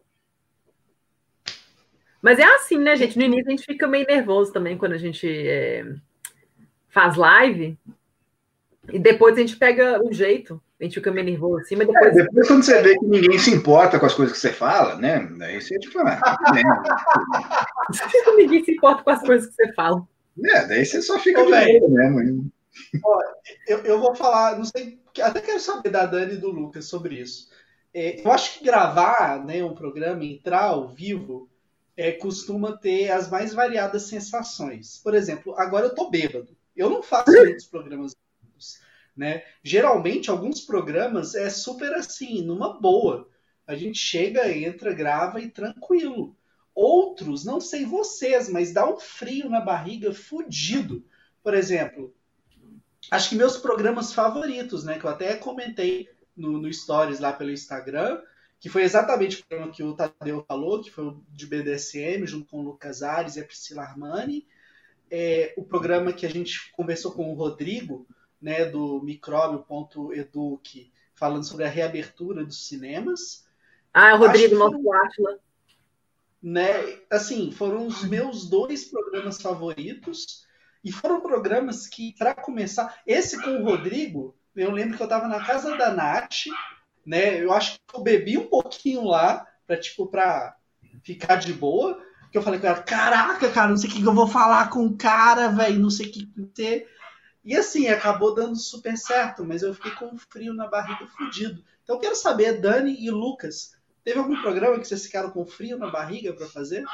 Mas é assim, né, gente? No início a gente fica meio nervoso também quando a gente faz live. E depois a gente pega o jeito. A gente fica meio nervoso assim, mas depois... Depois quando você vê que ninguém se importa com as coisas que você fala, né? Daí você tipo... Ninguém se importa com as coisas que você fala. Daí você só fica velho mesmo. Eu vou falar, não sei, até quero saber da Dani e do Lucas sobre isso. Eu acho que gravar, né, um programa, entrar ao vivo... costuma ter as mais variadas sensações. Por exemplo, agora eu tô bêbado. Eu não faço muitos programas bêbados, né? Geralmente, alguns programas é super assim, numa boa. A gente chega, entra, grava e tranquilo. Outros, não sei vocês, mas dá um frio na barriga fudido. Por exemplo, acho que meus programas favoritos, né, que eu até comentei no Stories lá pelo Instagram, que foi exatamente o programa que o Tadeu falou, que foi o de BDSM, junto com o Lucas Ares e a Priscila Armani. O programa que a gente conversou com o Rodrigo, né, do Micróbio.edu, falando sobre a reabertura dos cinemas. O Rodrigo, nosso Átila. Né, assim, foram os meus 2 programas favoritos, e foram programas que, para começar, esse com o Rodrigo, eu lembro que eu estava na casa da Nath, né, eu acho que eu bebi um pouquinho lá, pra ficar de boa, que eu falei com ela, caraca, cara, não sei o que eu vou falar com o cara, velho, não sei o que ter. E assim, acabou dando super certo, mas eu fiquei com um frio na barriga fudido. Então eu quero saber, Dani e Lucas, teve algum programa que vocês ficaram com frio na barriga para fazer?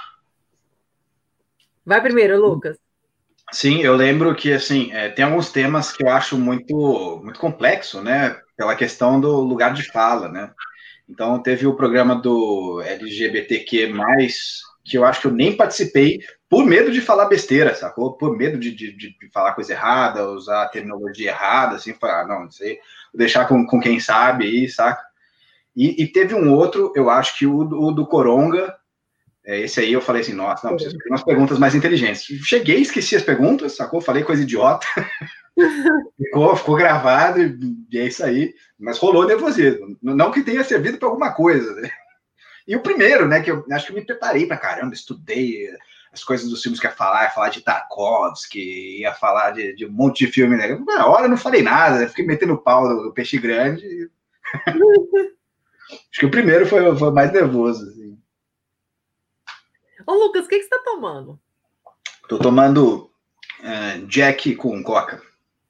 Vai primeiro, Lucas. Sim, eu lembro que, assim, tem alguns temas que eu acho muito, muito complexo, né? Pela questão do lugar de fala, né? Então, teve o programa do LGBTQ+, que eu acho que eu nem participei por medo de falar besteira, sacou? Por medo de falar coisa errada, usar a terminologia errada, assim, falar, não sei, vou deixar com quem sabe aí, saca? E teve um outro, eu acho que o do Coronga, esse aí eu falei assim, nossa, não, preciso ter umas perguntas mais inteligentes. Cheguei, esqueci as perguntas, sacou? Falei coisa idiota. ficou gravado e é isso aí. Mas rolou nervosismo. Não que tenha servido para alguma coisa, né? E o primeiro, né, que eu acho que eu me preparei pra caramba, estudei as coisas dos filmes que ia falar de Tarkovsky, ia falar de um monte de filme, né? Na hora eu não falei nada, fiquei metendo o pau no peixe grande. Acho que o primeiro foi mais nervoso, assim. Ô, Lucas, o que você tá tomando? Tô tomando Jack com coca.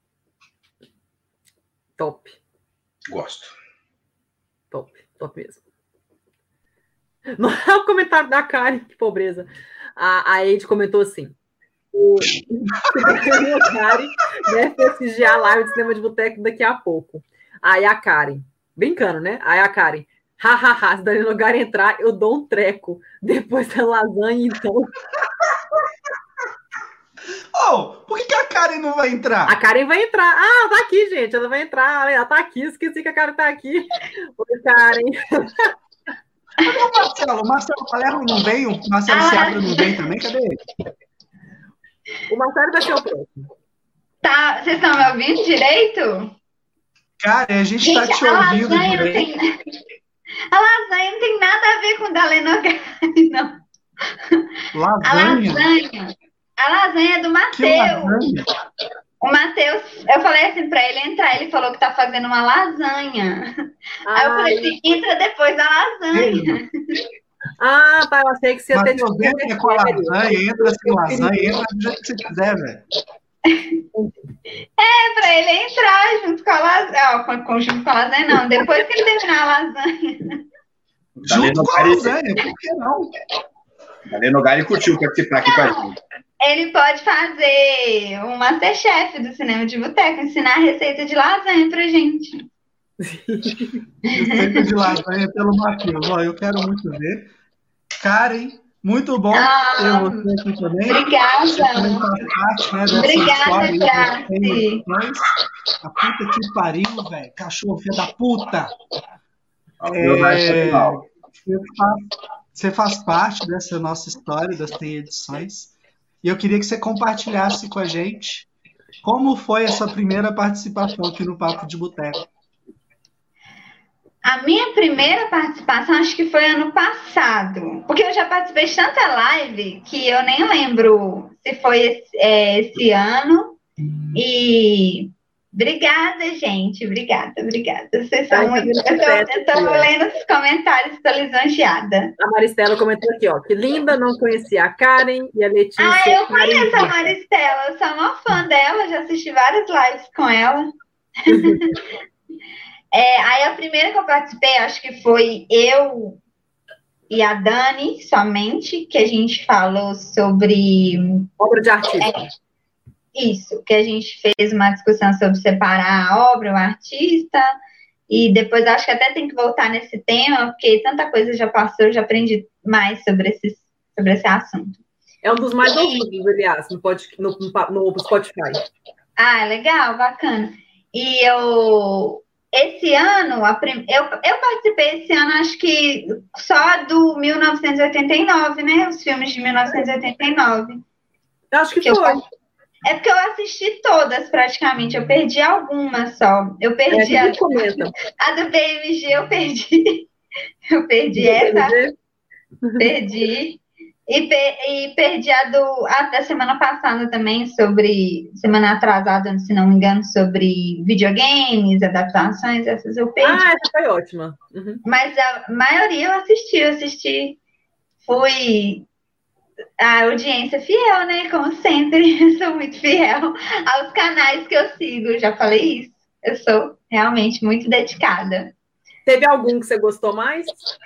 Top. Gosto. Top mesmo. Não é o comentário da Karen, que pobreza. A Eide comentou assim: o Karen deve prestigiar a live de cinema de boteco daqui a pouco. Aí a Karen, brincando, né? Aí a Karen, hahaha, se Dani Nogara entrar, eu dou um treco. Depois da lasanha, então. Por que a Karen não vai entrar? A Karen vai entrar. Tá aqui, gente. Ela vai entrar. Ela tá aqui. Esqueci que a Karen tá aqui. Oi, Karen. Cadê o Marcelo Palermo não veio? O Marcelo Seabra não veio também? Cadê ele? O Marcelo vai ser o próximo. Tá, vocês estão me ouvindo direito? Cara, a gente tá te ouvindo direito. A lasanha não tem nada a ver com Dani Nogara, não. Lasanha? A lasanha é do Matheus. O Matheus, eu falei assim pra ele entrar, ele falou que tá fazendo uma lasanha. Aí eu falei assim, entra depois da lasanha. Tá, eu achei que você ia ter... Matheus, entra com a lasanha, entra sem lasanha, entra do jeito que você quiser, velho. Pra ele entrar junto com a lasanha. Junto com a lasanha, não. Depois que ele terminar a lasanha. Junto com a lasanha, por que não? Dani Nogara curtiu participar aqui com a gente. Ele pode fazer um Masterchef do cinema de boteco, ensinar a receita de lasanha pra gente. Receita de lasanha pelo Matheus. Eu quero muito ver. Karen, muito bom ter você aqui também. Obrigada. Obrigada, Grazi. A puta que pariu, velho. Cachorro, filho da puta. Você faz parte dessa nossa história, das 100 edições. E eu queria que você compartilhasse com a gente como foi a sua primeira participação aqui no Papo de Boteco. A minha primeira participação acho que foi ano passado, porque eu já participei de tanta live que eu nem lembro se foi esse ano. E obrigada, gente, obrigada. Vocês são muito... Eu tô lendo os comentários, estou lisonjeada. A Maristela comentou aqui, ó, que linda, não conhecia a Karen e a Letícia. Eu conheço a Maristela, eu sou uma fã dela, já assisti várias lives com ela. Aí a primeira que eu participei, acho que foi eu e a Dani, somente, que a gente falou sobre... Obra de artista. Isso, que a gente fez uma discussão sobre separar a obra, o artista, e depois acho que até tem que voltar nesse tema, porque tanta coisa já passou, eu já aprendi mais sobre esse assunto. É um dos mais ouvidos, aliás, no Spotify. Legal, bacana. E eu esse ano, eu participei esse ano, acho que só do 1989, né? Os filmes de 1989. Eu acho que foi. É porque eu assisti todas praticamente, eu perdi algumas só. Eu perdi a do BMG, eu perdi. Eu perdi essa. Perdi. E perdi a da semana passada também, semana atrasada, se não me engano, sobre videogames, adaptações, essas eu perdi. Ah, essa foi ótima. Uhum. Mas a maioria eu assisti. Fui a audiência fiel, né? Como sempre, eu sou muito fiel aos canais que eu sigo, já falei isso. Eu sou realmente muito dedicada. Teve algum que você gostou mais?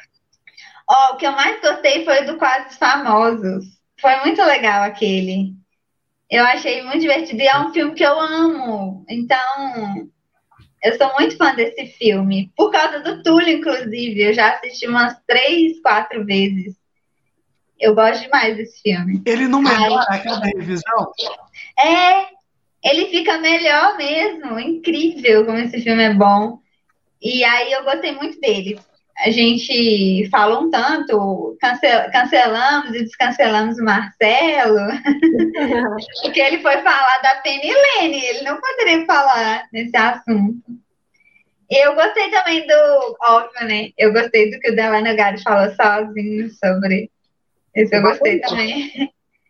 O que eu mais gostei foi o do Quase Famosos. Foi muito legal aquele. Eu achei muito divertido. E é um filme que eu amo. Então, eu sou muito fã desse filme. Por causa do Túlio, inclusive. Eu já assisti umas 3, 4 vezes. Eu gosto demais desse filme. Ele não melhora a cada revisão? Ele fica melhor mesmo. Incrível como esse filme é bom. E aí eu gostei muito dele. A gente falou um tanto, cancelamos e descancelamos o Marcelo, porque ele foi falar da Penilene, ele não poderia falar nesse assunto. Eu gostei também óbvio, né? Eu gostei do que o Delano Gari falou sozinho sobre. Esse eu gostei também.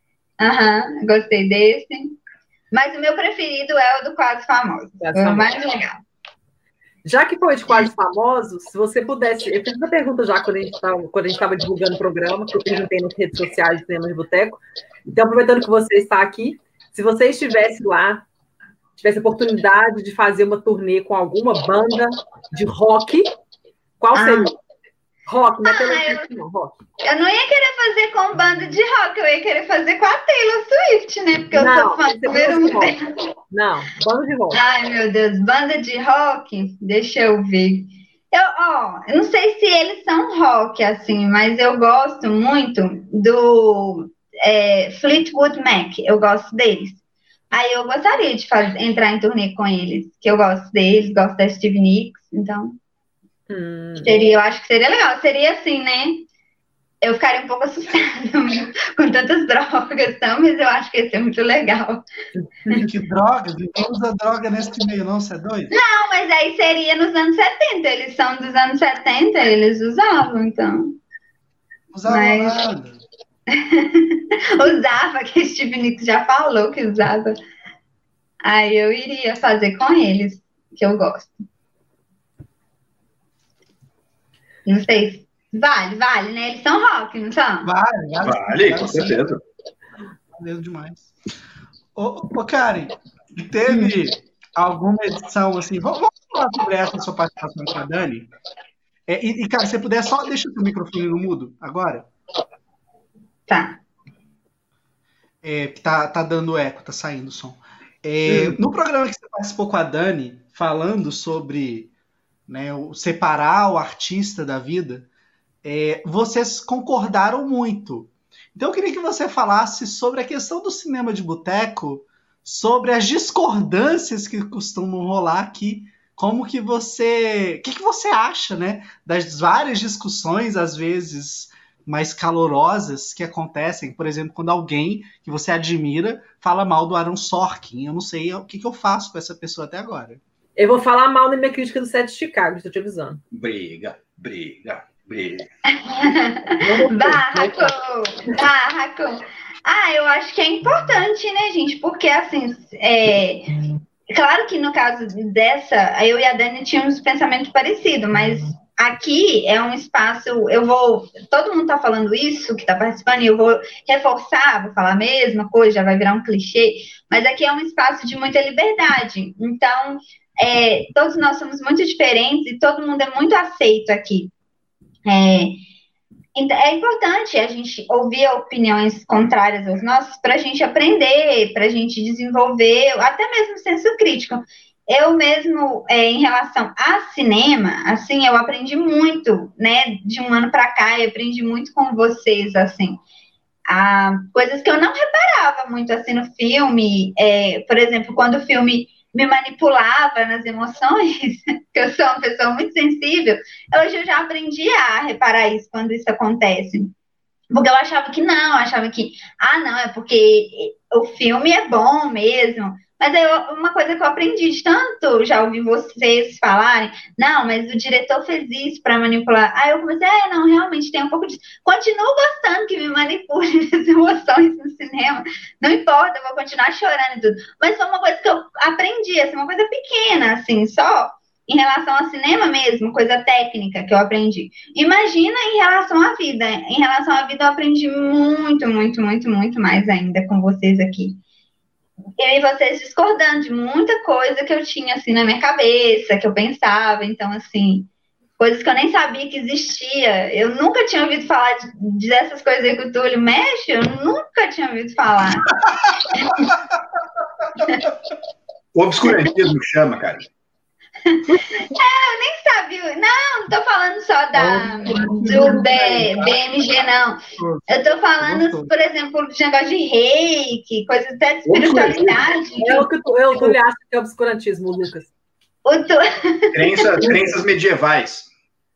Gostei desse. Mas o meu preferido é o do Quase Famosos. Foi o mais legal. Já que foi de Quase Famosos, se você pudesse... Eu fiz uma pergunta já quando a gente estava divulgando o programa, que eu perguntei nas redes sociais do Cinema de Boteco. Então, aproveitando que você está aqui, se você estivesse lá, tivesse a oportunidade de fazer uma turnê com alguma banda de rock, qual seria? Rock, não é televisão, rock. Eu não ia querer fazer com banda de rock, eu ia querer fazer com a Taylor Swift, né? Porque eu sou fã do número 1 dela. Não, banda de rock. Ai, meu Deus, banda de rock? Deixa eu ver. Eu não sei se eles são rock, assim, mas eu gosto muito do Fleetwood Mac, eu gosto deles. Aí eu gostaria de entrar em turnê com eles, que eu gosto deles, gosto da Stevie Nicks, então... eu acho que seria legal. Seria assim, né? Eu ficaria um pouco assustada com tantas drogas, mas eu acho que ia ser muito legal. Que drogas? Ninguém usa droga nesse meio, não? Você é doido? Não, mas aí seria nos anos 70. Eles são dos anos 70, eles usavam, então. Usavam nada. Usava, que o Steve Nicks já falou que usava. Aí eu iria fazer com eles, que eu gosto. Não sei. Vale, né? Eles são rock, não são? Vale, com certeza. Valeu demais. Ô, Karen, teve alguma edição assim? Vamos falar sobre essa sua participação com a Dani? Cara, se você puder, só deixa o seu microfone no mudo agora. Tá. Que tá dando eco, tá saindo o som. No programa que você participou com a Dani, falando sobre... né, separar o artista da vida, vocês concordaram muito. Então eu queria que você falasse sobre a questão do cinema de boteco, sobre as discordâncias que costumam rolar aqui, como que você... O que você acha, né, das várias discussões, às vezes mais calorosas, que acontecem, por exemplo, quando alguém que você admira fala mal do Aaron Sorkin. Eu não sei o que eu faço com essa pessoa até agora. Eu vou falar mal na minha crítica do set de Chicago, estou te avisando. Briga. Barraco. Eu acho que é importante, né, gente? Porque, assim, claro que no caso dessa, eu e a Dani tínhamos um pensamento parecido, mas aqui é um espaço, todo mundo está falando isso, que está participando, e eu vou reforçar, vou falar a mesma coisa, já vai virar um clichê, mas aqui é um espaço de muita liberdade. Então, todos nós somos muito diferentes e todo mundo é muito aceito aqui. Então, é importante a gente ouvir opiniões contrárias às nossas para a gente aprender, para a gente desenvolver, até mesmo senso crítico. Eu mesmo, em relação a cinema, assim, eu aprendi muito, né, de um ano para cá, eu aprendi muito com vocês, assim, coisas que eu não reparava muito, assim, no filme, por exemplo, quando o filme me manipulava nas emoções, que eu sou uma pessoa muito sensível, hoje eu já aprendi a reparar isso quando isso acontece. Porque eu achava que não, eu achava que, não, é porque o filme é bom mesmo. Mas uma coisa que eu aprendi de tanto já ouvi vocês falarem, não, mas o diretor fez isso para manipular. Aí eu comecei, não, realmente tem um pouco disso. Continuo gostando que me manipule as emoções no cinema. Não importa, eu vou continuar chorando e tudo. Mas foi uma coisa que eu aprendi, assim, uma coisa pequena, assim, só em relação ao cinema mesmo, coisa técnica que eu aprendi. Imagina em relação à vida. Em relação à vida eu aprendi muito, muito, muito, muito mais ainda com vocês aqui. Eu e vocês discordando de muita coisa que eu tinha, assim, na minha cabeça, que eu pensava. Então, assim, coisas que eu nem sabia que existia. Eu nunca tinha ouvido falar dessas coisas aí que o Túlio mexe, eu nunca tinha ouvido falar. O obscurantismo chama, cara. Eu nem sabia. Não tô falando só do BMG, não. Eu tô falando, por exemplo, de negócio de reiki, coisas até de espiritualidade. O Túlio acha que é obscurantismo, Lucas. Crenças medievais.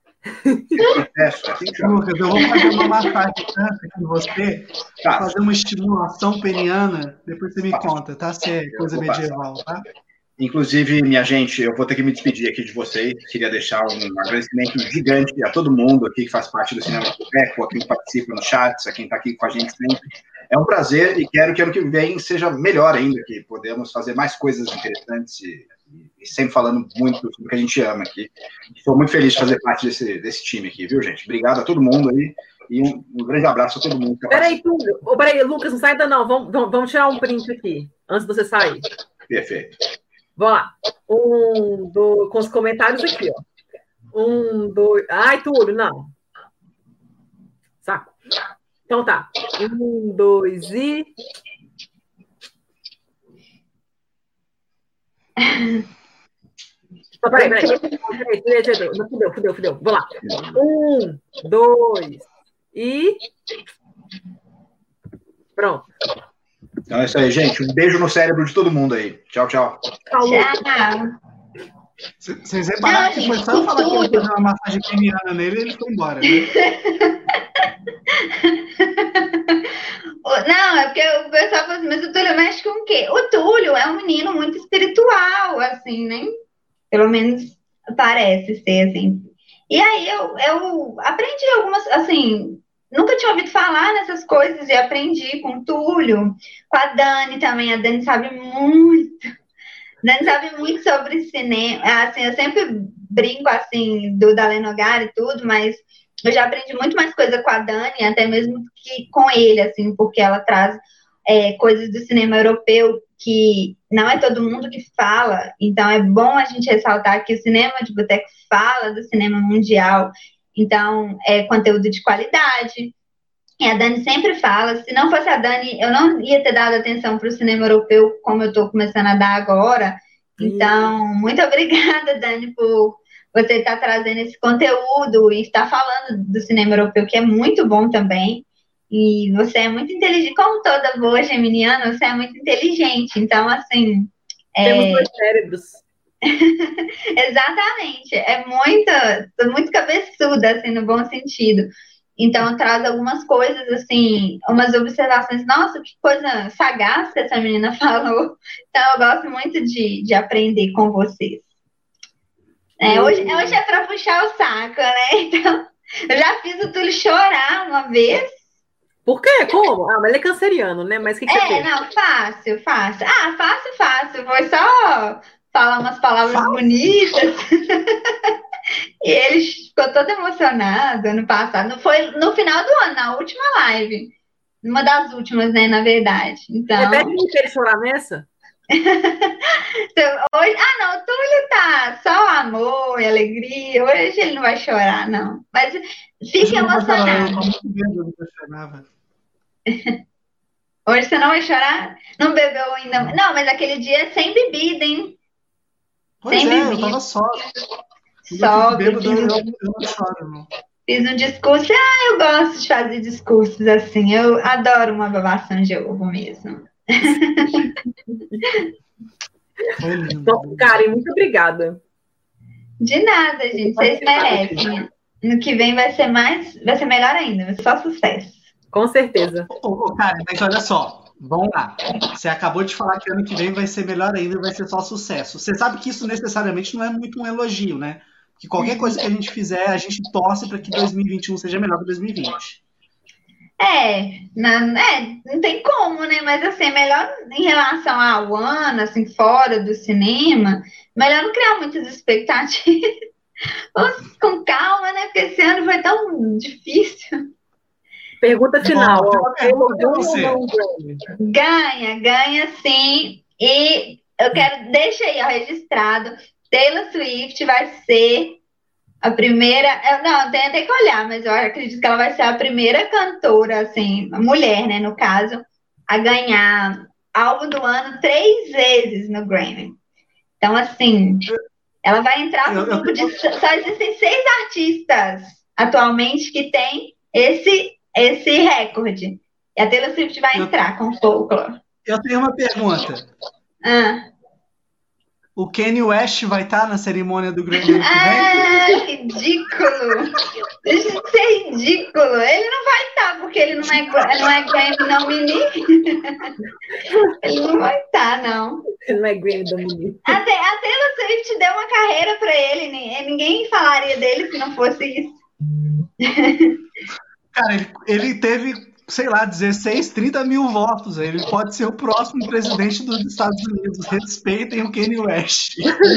Lucas, eu vou fazer uma massagem aqui em você, fazer uma estimulação peniana, depois você me conta, tá? Se é coisa medieval, tá? Inclusive, minha gente, eu vou ter que me despedir aqui de vocês. Queria deixar um agradecimento gigante a todo mundo aqui que faz parte do Cinema de Boteco, a quem participa no chat, a quem está aqui com a gente sempre. É um prazer e quero que ano que vem seja melhor ainda, que podemos fazer mais coisas interessantes e sempre falando muito do que a gente ama aqui. Estou muito feliz de fazer parte desse time aqui, viu, gente? Obrigado a todo mundo aí e um grande abraço a todo mundo. Peraí, Túlio. Peraí, Lucas, não sai ainda não. Vamos tirar um print aqui, antes de você sair. Perfeito. Vamos lá. Com os comentários aqui, ó. 1, 2... Ai, Túlio, não. Saco. Então tá. 1, 2 e... Peraí. Fudeu. Vamos lá. 1, 2 e... Pronto. Então é isso aí, gente. Um beijo no cérebro de todo mundo aí. Tchau. Tchau. Vocês repararam que foi só eu falar que eu ia fazer uma massagem peniana nele e ele foi embora, né? Não, é porque o pessoal fala assim, mas o Túlio mexe com o quê? O Túlio é um menino muito espiritual, assim, né? Pelo menos parece ser, assim. E aí eu aprendi algumas, assim... Nunca tinha ouvido falar nessas coisas e aprendi com o Túlio, com a Dani também. A Dani sabe muito. Dani sabe muito sobre cinema. Assim, eu sempre brinco assim do Dalai Nogara e tudo, mas eu já aprendi muito mais coisa com a Dani, até mesmo que com ele, assim, porque ela traz coisas do cinema europeu que não é todo mundo que fala. Então é bom a gente ressaltar que o cinema de boteco fala do cinema mundial. Então, é conteúdo de qualidade. E a Dani sempre fala, se não fosse a Dani, eu não ia ter dado atenção para o cinema europeu como eu estou começando a dar agora. Então, muito obrigada, Dani, por você estar trazendo esse conteúdo e estar falando do cinema europeu, que é muito bom também. E você é muito inteligente, como toda boa geminiana, você é muito inteligente. Então, assim... Temos 2 cérebros. Exatamente, muito cabeçuda, assim, no bom sentido. Então traz algumas coisas, assim, umas observações, nossa, que coisa sagaz que essa menina falou. Então eu gosto muito de aprender com vocês. Hoje é para puxar o saco, né? Então, eu já fiz o Túlio chorar uma vez. Por quê? Como? Mas ele é canceriano, né? Mas o que você fez? Não, fácil. Fácil. Foi só falar umas palavras bonitas. E ele ficou todo emocionado ano passado. Foi no final do ano, na última live. Uma das últimas, né, na verdade. Então... Você pede que ele chorar nessa? Hoje... não, o Túlio tá só amor e alegria. Hoje ele não vai chorar, não. Mas fique emocionado. Hoje você não vai chorar? Não bebeu ainda? Não, mas aquele dia é sem bebida, hein? Pois sem bebida. Eu tava só bêbado, eu não choro, não. Fiz um discurso. Eu gosto de fazer discursos assim. Eu adoro uma babação de ovo mesmo. Foi lindo. Então, Karen, muito obrigada. De nada, gente. Vocês merecem. No que vem vai ser melhor ainda. Vai ser só sucesso. Com certeza. Karen, mas olha só. Vamos lá. Você acabou de falar que ano que vem vai ser melhor ainda e vai ser só sucesso. Você sabe que isso necessariamente não é muito um elogio, né? Que qualquer coisa que a gente fizer, a gente torce para que 2021 seja melhor que 2020. Não tem como, né? Mas assim, é melhor em relação ao ano, assim, fora do cinema, melhor não criar muitas expectativas. Vamos com calma, né? Porque esse ano foi tão difícil. Pergunta final. Ganha sim. E eu quero, deixa aí ó, registrado, Taylor Swift vai ser a primeira, não, tem até que olhar, mas eu acredito que ela vai ser a primeira cantora, assim, mulher, né, no caso, a ganhar álbum do ano 3 vezes no Grammy. Então, assim, ela vai entrar no grupo de... Só existem 6 artistas atualmente que tem esse recorde. E a Taylor Swift vai entrar com Folklore. Eu tenho uma pergunta. O Kanye West vai estar na cerimônia do Grammy ano que vem? Ridículo! Deixa de ser ridículo. Ele não vai estar, porque ele não é Grammy nominee. Ele não vai estar, não. Ele não é Grammy nominee. A Taylor Swift deu uma carreira para ele. Ninguém falaria dele se não fosse isso. Cara, ele teve, sei lá, 30 mil votos. Ele pode ser o próximo presidente dos Estados Unidos. Respeitem o Kanye West.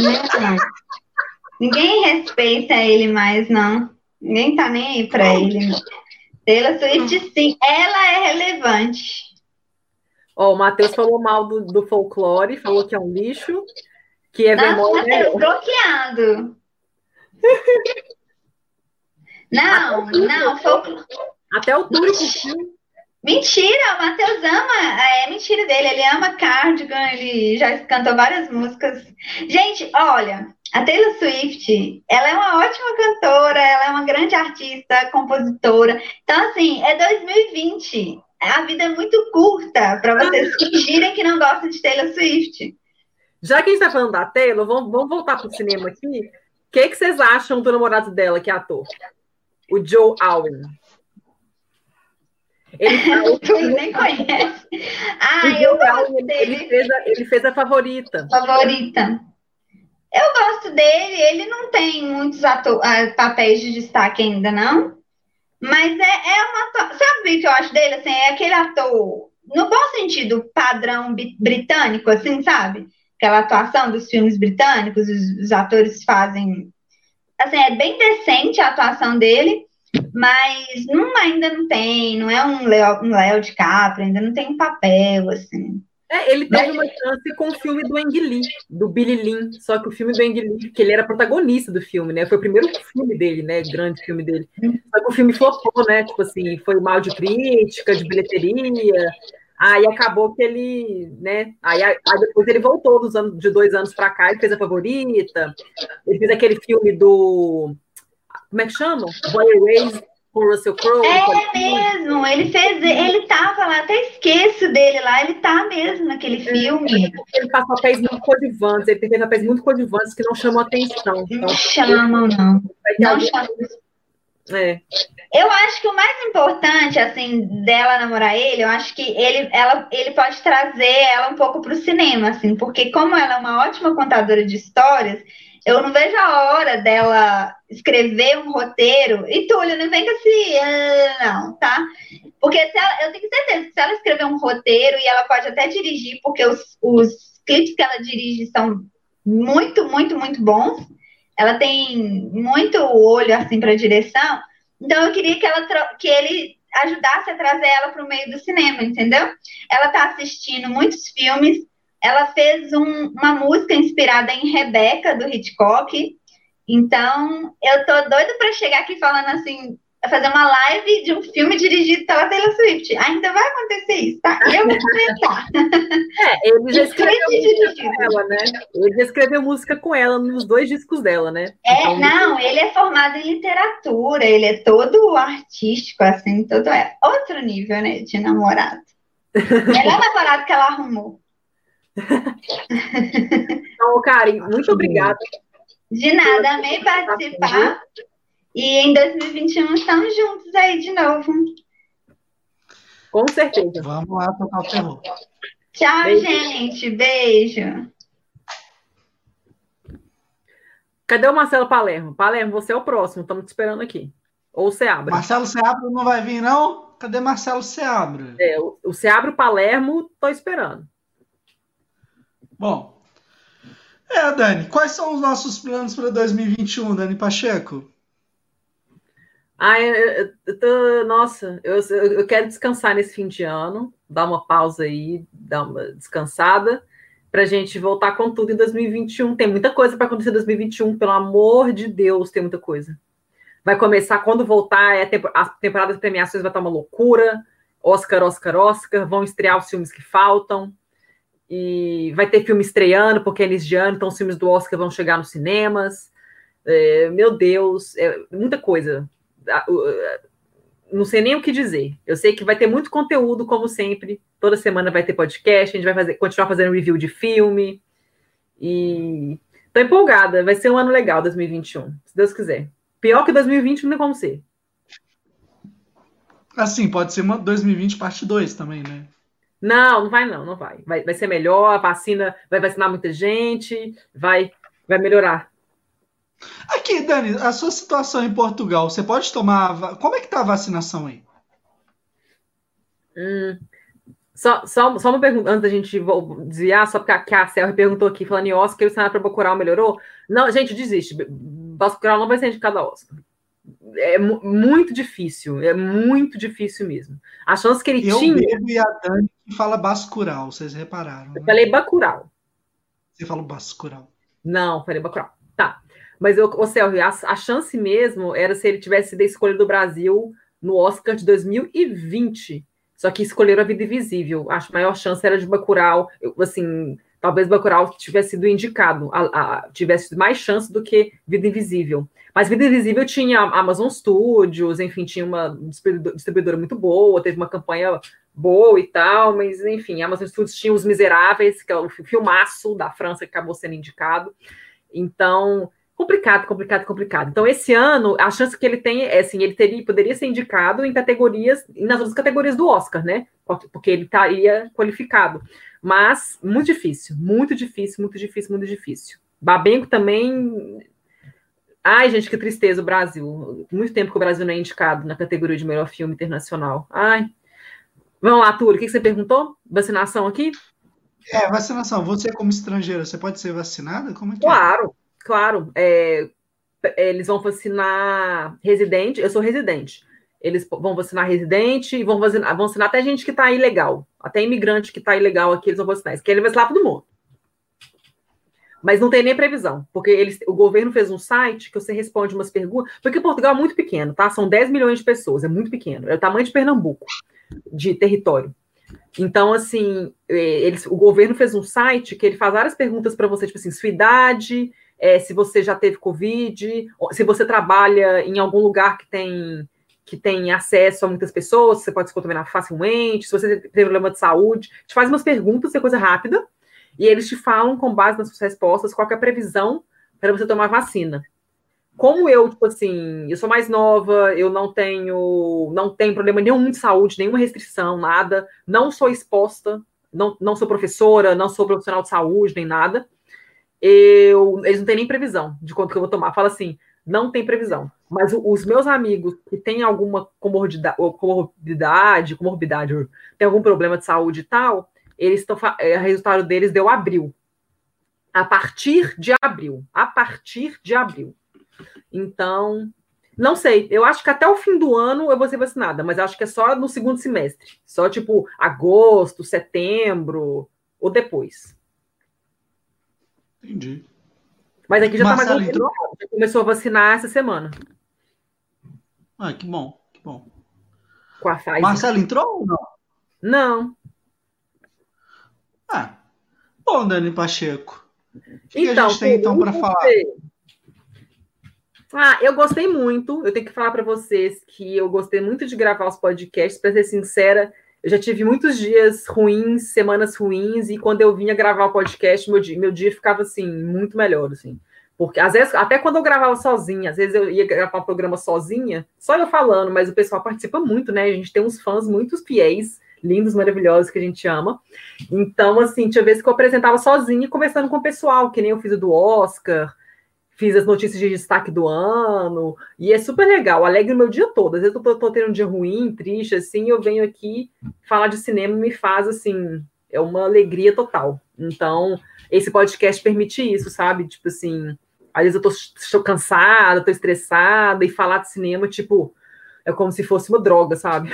Ninguém respeita ele mais, não. Ninguém tá nem aí pra ele. Não. Taylor Swift, sim, ela é relevante. O Matheus falou mal do folclore, falou que é um lixo, que é Nossa, Matheus, bloqueado. Não, folclore. Até o Túlio curtiu. Mentira, o Matheus ama, é mentira dele, ele ama Cardigan, ele já cantou várias músicas. Gente, olha, a Taylor Swift, ela é uma ótima cantora, ela é uma grande artista, compositora. Então, assim, é 2020, a vida é muito curta para vocês fingirem que não gostam de Taylor Swift. Já que a gente tá falando da Taylor, vamos voltar pro cinema aqui. O que vocês acham do namorado dela, que é ator? O Joe Alwyn. Tu nem conhece. Eu gosto dele. Ele fez a Favorita. Eu gosto dele. Ele não tem muitos papéis de destaque ainda, não. Mas é uma ator. Sabe o que eu acho dele? Assim, é aquele ator, no bom sentido, padrão britânico, assim, sabe? Aquela atuação dos filmes britânicos, os atores fazem... Assim, é bem decente a atuação dele. Mas ainda não tem, não é um Léo DiCaprio, ainda não tem um papel, assim. Ele teve uma chance com o filme do Ang Lee, do Billy Lin, só que o filme do Ang Lee, que ele era protagonista do filme, né? Foi o primeiro filme dele, né? Grande filme dele. Só que o filme flopou, né? Tipo assim, foi mal de crítica, de bilheteria. Aí acabou que ele, né? Aí depois ele voltou de 2 anos pra cá, ele fez a Favorita, ele fez aquele filme do... Como é que chama? Boy Erased, com o Russell Crowe. Mesmo, ele tava lá, até esqueço dele lá, ele tá mesmo naquele filme. Ele faz papéis muito coadjuvantes, ele tem papéis muito coadjuvantes que não chamam atenção. Não chamam, não. Não chamam. Eu acho que o mais importante, assim, dela namorar ele, eu acho que ele pode trazer ela um pouco pro cinema, assim, porque como ela é uma ótima contadora de histórias, eu não vejo a hora dela escrever um roteiro. E, Túlio, não vem com esse... não, tá? Porque eu tenho certeza que se ela escrever um roteiro, e ela pode até dirigir, porque os clipes que ela dirige são muito, muito, muito bons. Ela tem muito olho, assim, para direção. Então, eu queria que ele ajudasse a trazer ela para o meio do cinema, entendeu? Ela está assistindo muitos filmes. Ela fez uma música inspirada em Rebecca, do Hitchcock. Então, eu tô doida para chegar aqui falando assim, fazer uma live de um filme dirigido pela Taylor Swift. Ainda vai acontecer isso, tá? E eu vou comentar. Ele já escreveu música com ela, né? Ele já escreveu música com ela nos 2 discos dela, né? Ele é formado em literatura, ele é todo artístico, assim, outro nível, né, de namorado. Melhor namorado que ela arrumou. Então, Karen, muito obrigada. De nada, amei participar. E em 2021 estamos juntos aí de novo. Com certeza. Vamos lá tocar o terror. Tchau, Beijo. gente. Beijo. Cadê o Marcelo Palermo? Palermo, você é o próximo, estamos te esperando aqui. Ou você abre. Marcelo Seabra não vai vir, não? Cadê Marcelo Seabra? O Seabra, o Palermo, tô esperando. Bom, Dani, quais são os nossos planos para 2021, Dani Pacheco? Nossa, eu quero descansar nesse fim de ano, dar uma pausa aí, dar uma descansada, para a gente voltar com tudo em 2021. Tem muita coisa para acontecer em 2021, pelo amor de Deus, tem muita coisa. Vai começar, quando voltar, a temporada de premiações vai estar uma loucura, Oscar, vão estrear os filmes que faltam, e vai ter filme estreando, porque é início de ano, então os filmes do Oscar vão chegar nos cinemas. Meu Deus, muita coisa. Não sei nem o que dizer. Eu sei que vai ter muito conteúdo, como sempre. Toda semana vai ter podcast, a gente vai continuar fazendo review de filme. E tô empolgada. Vai ser um ano legal, 2021, se Deus quiser. Pior que 2020 não tem como ser. Assim, pode ser uma 2020 parte 2 também, né? Não vai não, não vai. Vai ser melhor, a vacina vai vacinar muita gente, vai melhorar. Aqui, Dani, a sua situação em Portugal, você pode tomar... Como é que tá a vacinação aí? Só uma pergunta, antes da gente desviar, só porque a Cel perguntou aqui, falando em Oscar, o cenário para Bacurau melhorou? Não, gente, desiste. Bacurau não vai ser indicado a Oscar. É muito difícil mesmo. A chance que ele tinha... Eu bebo e a Dani que fala Bacurau, vocês repararam, né? Eu falei Bacurau. Você falou Bacurau. Não, falei Bacurau. Tá. Mas, Célio, a chance mesmo era se ele tivesse sido escolhido do Brasil no Oscar de 2020. Só que escolheram A Vida Invisível. Acho que a maior chance era de Bacurau. Assim, talvez Bacurau tivesse sido indicado, tivesse mais chance do que Vida Invisível. Mas Vida Invisível tinha a Amazon Studios, enfim, tinha uma distribuidora muito boa, teve uma campanha boa e tal, mas, enfim, a Amazon Studios tinha Os Miseráveis, que é o filmaço da França que acabou sendo indicado. Então... Complicado. Então, esse ano, a chance que ele tem é assim, ele poderia ser indicado em categorias, nas outras categorias do Oscar, né? Porque ele estaria qualificado. Mas muito difícil. Babenco também. Ai, gente, que tristeza o Brasil. Muito tempo que o Brasil não é indicado na categoria de melhor filme internacional. Ai. Vamos lá, Túlio, o que você perguntou? Vacinação aqui? Vacinação. Você, como estrangeira, você pode ser vacinada? Como é que Claro, eles vão vacinar residente, eu sou residente, eles vão vacinar residente e vão vacinar até gente que está ilegal, até imigrante que está ilegal aqui, eles vão vacinar, isso que ele vai vacinar todo mundo. Mas não tem nem previsão, porque o governo fez um site que você responde umas perguntas, porque Portugal é muito pequeno, tá? São 10 milhões de pessoas, é muito pequeno, é o tamanho de Pernambuco, de território. Então, assim, o governo fez um site que ele faz várias perguntas para você, tipo assim, sua idade, se você já teve Covid, se você trabalha em algum lugar que tem acesso a muitas pessoas, você pode se contaminar facilmente, se você tem problema de saúde, te faz umas perguntas, é coisa rápida, e eles te falam, com base nas suas respostas, qual que é a previsão para você tomar vacina. Como eu, tipo assim, eu sou mais nova, eu não tenho problema nenhum de saúde, nenhuma restrição, nada, não sou exposta, não sou professora, não sou profissional de saúde, nem nada, eles não têm nem previsão de quanto que eu vou tomar. Fala assim, não tem previsão. Mas os meus amigos que têm alguma comorbidade, tem algum problema de saúde e tal, eles estão, o resultado deles deu abril. A partir de abril. Então, não sei. Eu acho que até o fim do ano eu vou ser vacinada, mas acho que é só no segundo semestre. Só tipo agosto, setembro ou depois. Entendi. Mas aqui já Marcelo, tá mais entrou? Já começou a vacinar essa semana. Ah, que bom. Com a Pfizer. Marcelo entrou ou não? Não. Bom, Dani Pacheco. O que Então, a gente tem então para falar? Eu gostei muito. Eu tenho que falar para vocês que eu gostei muito de gravar os podcasts. Para ser sincera, Eu já tive muitos dias ruins, semanas ruins, e quando eu vinha gravar o podcast, meu dia ficava, assim, muito melhor, assim. Porque, às vezes, até quando eu gravava sozinha, às vezes eu ia gravar um programa sozinha, só eu falando, mas o pessoal participa muito, né? A gente tem uns fãs muito fiéis, lindos, maravilhosos, que a gente ama. Então, assim, tinha vezes que eu apresentava sozinha, conversando com o pessoal, que nem eu fiz o do Oscar, fiz as notícias de destaque do ano, e é super legal, alegra o meu dia todo. Às vezes eu tô tendo um dia ruim, triste, assim, eu venho aqui falar de cinema e me faz, assim, é uma alegria total. Então, esse podcast permite isso, sabe? Tipo assim, às vezes eu tô cansada, tô estressada, e falar de cinema, tipo, é como se fosse uma droga, sabe?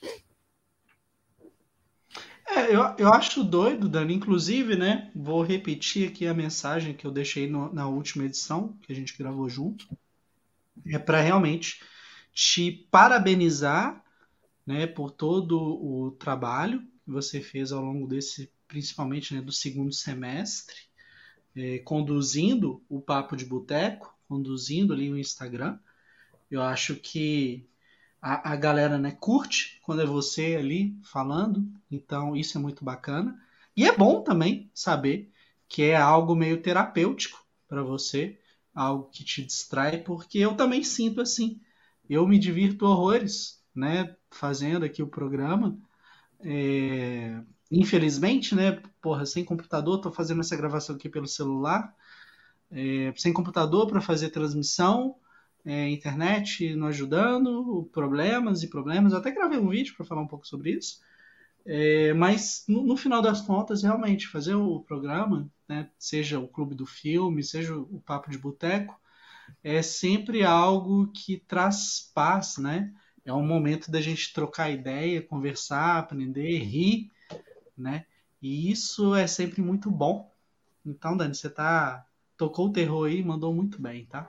Eu acho doido, Dani. Inclusive, né? Vou repetir aqui a mensagem que eu deixei na última edição, que a gente gravou junto. É para realmente te parabenizar, né, por todo o trabalho que você fez ao longo desse, principalmente, né, do segundo semestre, conduzindo o Papo de Boteco, conduzindo ali o Instagram. Eu acho que a galera, né, curte quando é você ali falando, então isso é muito bacana. E é bom também saber que é algo meio terapêutico para você, algo que te distrai, porque eu também sinto assim. Eu me divirto horrores, né, fazendo aqui o programa. Infelizmente, né, porra, sem computador, tô fazendo essa gravação aqui pelo celular, sem computador para fazer transmissão, internet não ajudando, problemas e problemas. Eu até gravei um vídeo para falar um pouco sobre isso. Mas no final das contas, realmente, fazer o programa, né, seja o Clube do Filme, seja o Papo de Boteco, é sempre algo que traz paz, né? É um momento da gente trocar ideia, conversar, aprender, rir, né? E isso é sempre muito bom. Então, Dani, você tocou o terror aí, mandou muito bem, tá?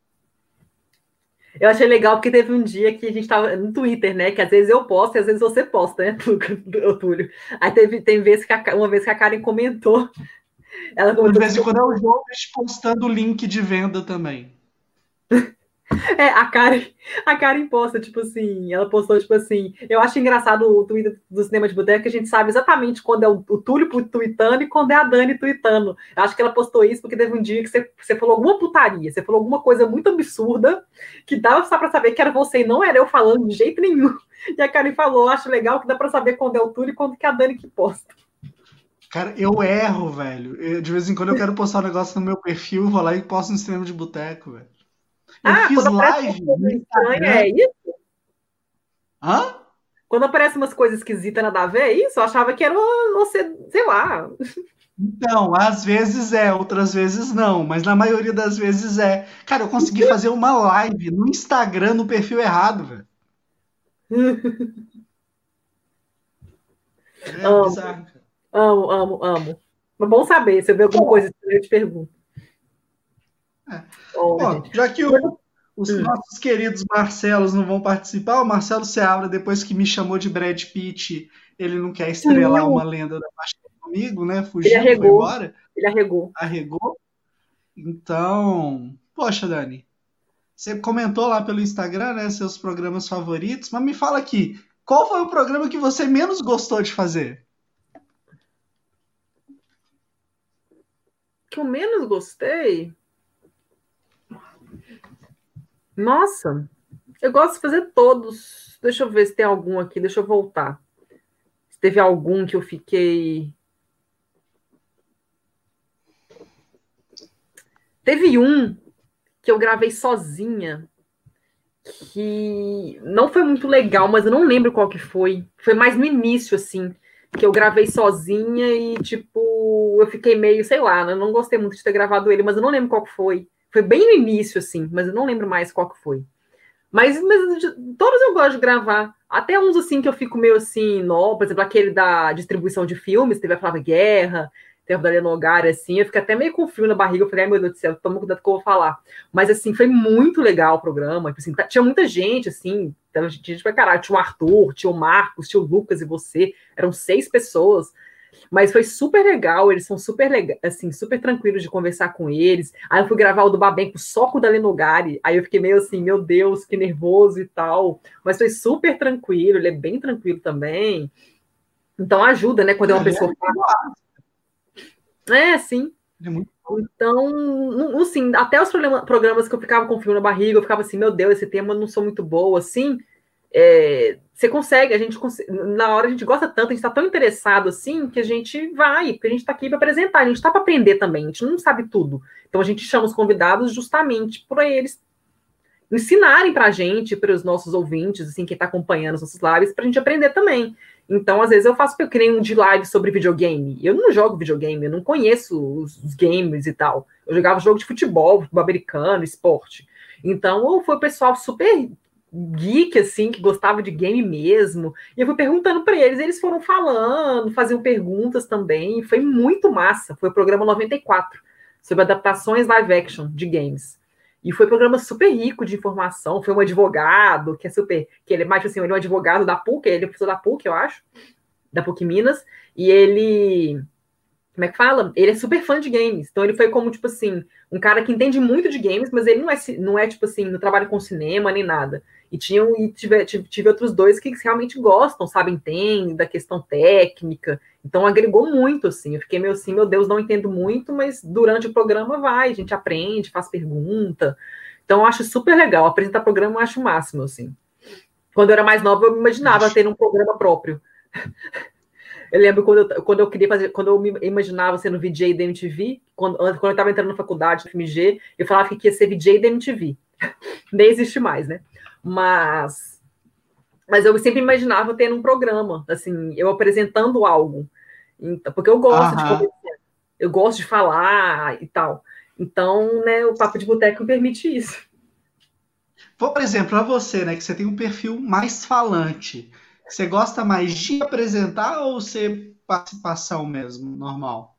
Eu achei legal porque teve um dia que a gente tava no Twitter, né? Que às vezes eu posto e às vezes você posta, né, Túlio? Aí tem uma vez que a Karen comentou. Ela comentou. De vez em quando eu vou postando o link de venda também. A Karen posta, tipo assim, ela postou, tipo assim, eu acho engraçado o Twitter do Cinema de Boteco, que a gente sabe exatamente quando é o Túlio tweetando e quando é a Dani tweetando. Eu acho que ela postou isso porque teve um dia que você falou alguma putaria, você falou alguma coisa muito absurda, que dava só pra saber que era você e não era eu falando de jeito nenhum. E a Karen falou, acho legal que dá pra saber quando é o Túlio e quando que é a Dani que posta. Cara, eu erro, velho. De vez em quando eu quero postar um negócio no meu perfil, vou lá e posto no Cinema de Boteco, velho. Eu fiz live no Instagram. É isso? Hã? Quando aparecem umas coisas esquisitas, nada a ver, é isso? Eu achava que era você, sei lá. Então, às vezes outras vezes não, mas na maioria das vezes é. Cara, eu consegui fazer uma live no Instagram no perfil errado, velho. Bizarro, cara. Amo. Mas bom saber, se eu ver alguma coisa, eu te pergunto. Bom, já que os nossos queridos Marcelos não vão participar, o Marcelo Seabra, depois que me chamou de Brad Pitt, ele não quer estrelar uma lenda da paixão comigo, né? Fugiu, foi embora. Ele arregou. Arregou. Então, poxa, Dani, você comentou lá pelo Instagram, né, seus programas favoritos, mas me fala aqui, qual foi o programa que você menos gostou de fazer? Que eu menos gostei? Nossa, eu gosto de fazer todos. Deixa eu ver se tem algum aqui, deixa eu voltar. Se teve algum que eu fiquei... Teve um que eu gravei sozinha, que não foi muito legal, mas eu não lembro qual que foi. Foi mais no início, assim, que eu gravei sozinha e, tipo, eu fiquei meio, sei lá, né? Eu não gostei muito de ter gravado ele, mas eu não lembro qual que foi. Foi bem no início, assim, mas eu não lembro mais qual que foi. Mas todos eu gosto de gravar. Até uns, assim, que eu fico meio assim, por exemplo, aquele da distribuição de filmes, teve a Flávia Guerra, teve a Dalia Nogara, assim, eu fico até meio com frio na barriga, eu falei, ai meu Deus do céu, toma cuidado que eu vou falar. Mas, assim, foi muito legal o programa, assim, tinha muita gente, assim, tinha gente pra caralho, tinha o Arthur, tinha o Marcos, tinha o Lucas e você, eram 6 pessoas, mas foi super legal, eles são super legais, assim, super tranquilos de conversar com eles. Aí eu fui gravar o do Babenco só com o Dalia Nogari, aí eu fiquei meio assim, meu Deus, que nervoso e tal, mas foi super tranquilo, ele é bem tranquilo também. Então ajuda, né? Quando é uma pessoa sim. É muito... Então, assim, até os programas que eu ficava com frio na barriga, eu ficava assim, meu Deus, esse tema eu não sou muito boa, assim, você consegue, na hora a gente gosta tanto, a gente está tão interessado assim, que a gente vai, porque a gente está aqui para apresentar, a gente está para aprender também, a gente não sabe tudo. Então a gente chama os convidados justamente para eles ensinarem para a gente, para os nossos ouvintes, assim, quem está acompanhando os nossos lives, para a gente aprender também. Então, às vezes, eu faço que nem um de live sobre videogame. Eu não jogo videogame, eu não conheço os games e tal. Eu jogava jogo de futebol americano, esporte. Então, foi o pessoal super geek, assim, que gostava de game mesmo. E eu fui perguntando para eles foram falando, faziam perguntas também. Foi muito massa. Foi o programa 94, sobre adaptações live action de games. E foi um programa super rico de informação. Foi um advogado, que ele é mais assim, ele é um advogado da PUC, ele é professor da PUC, eu acho, da PUC Minas, e ele, como é que fala? Ele é super fã de games. Então ele foi como, tipo assim, um cara que entende muito de games, mas ele não é tipo assim, não trabalha com cinema nem nada. E tive outros dois que realmente gostam, sabe, entendem da questão técnica. Então agregou muito, assim. Eu fiquei meio assim, meu Deus, não entendo muito, mas durante o programa a gente aprende, faz pergunta. Então eu acho super legal. Apresentar programa eu acho o máximo, assim. Quando eu era mais nova, eu me imaginava ter um programa próprio. Eu lembro quando eu queria fazer, quando eu me imaginava sendo VJ da MTV, quando eu estava entrando na faculdade, no FMG, eu falava que ia ser VJ da MTV. Nem existe mais, né? Mas eu sempre imaginava tendo um programa, assim, eu apresentando algo. Então, porque eu gosto de conversar, eu gosto de falar e tal. Então, né, o Papo de Boteco permite isso. Por exemplo, para você, né, que você tem um perfil mais falante, você gosta mais de apresentar ou ser participação mesmo, normal?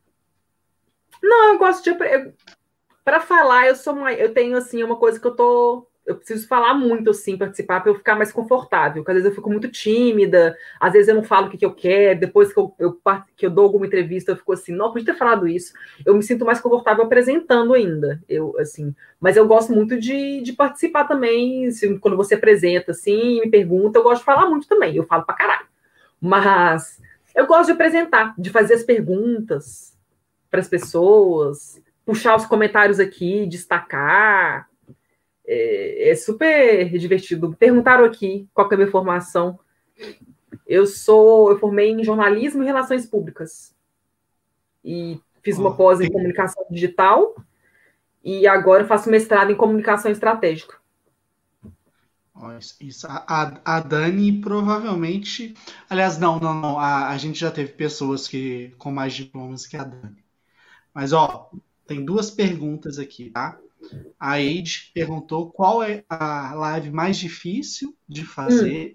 Não, eu gosto de... Para falar, eu tenho, assim, uma coisa que eu preciso falar muito, assim, participar, para eu ficar mais confortável, porque às vezes eu fico muito tímida, às vezes eu não falo o que eu quero, depois que eu dou alguma entrevista, eu fico assim, não, podia ter falado isso. Eu me sinto mais confortável apresentando ainda, assim, mas eu gosto muito de participar também, assim, quando você apresenta, assim, me pergunta, eu gosto de falar muito também, eu falo pra caralho, mas eu gosto de apresentar, de fazer as perguntas para as pessoas, puxar os comentários aqui, destacar. É super divertido. Perguntaram aqui qual que é a minha formação. Eu formei em jornalismo e relações públicas. E fiz uma pós em comunicação digital. E agora eu faço mestrado em comunicação estratégica. Isso. A Dani provavelmente... Aliás, não. A gente já teve pessoas com mais diplomas que a Dani. Mas, tem duas perguntas aqui, tá? A Eide perguntou qual é a live mais difícil de fazer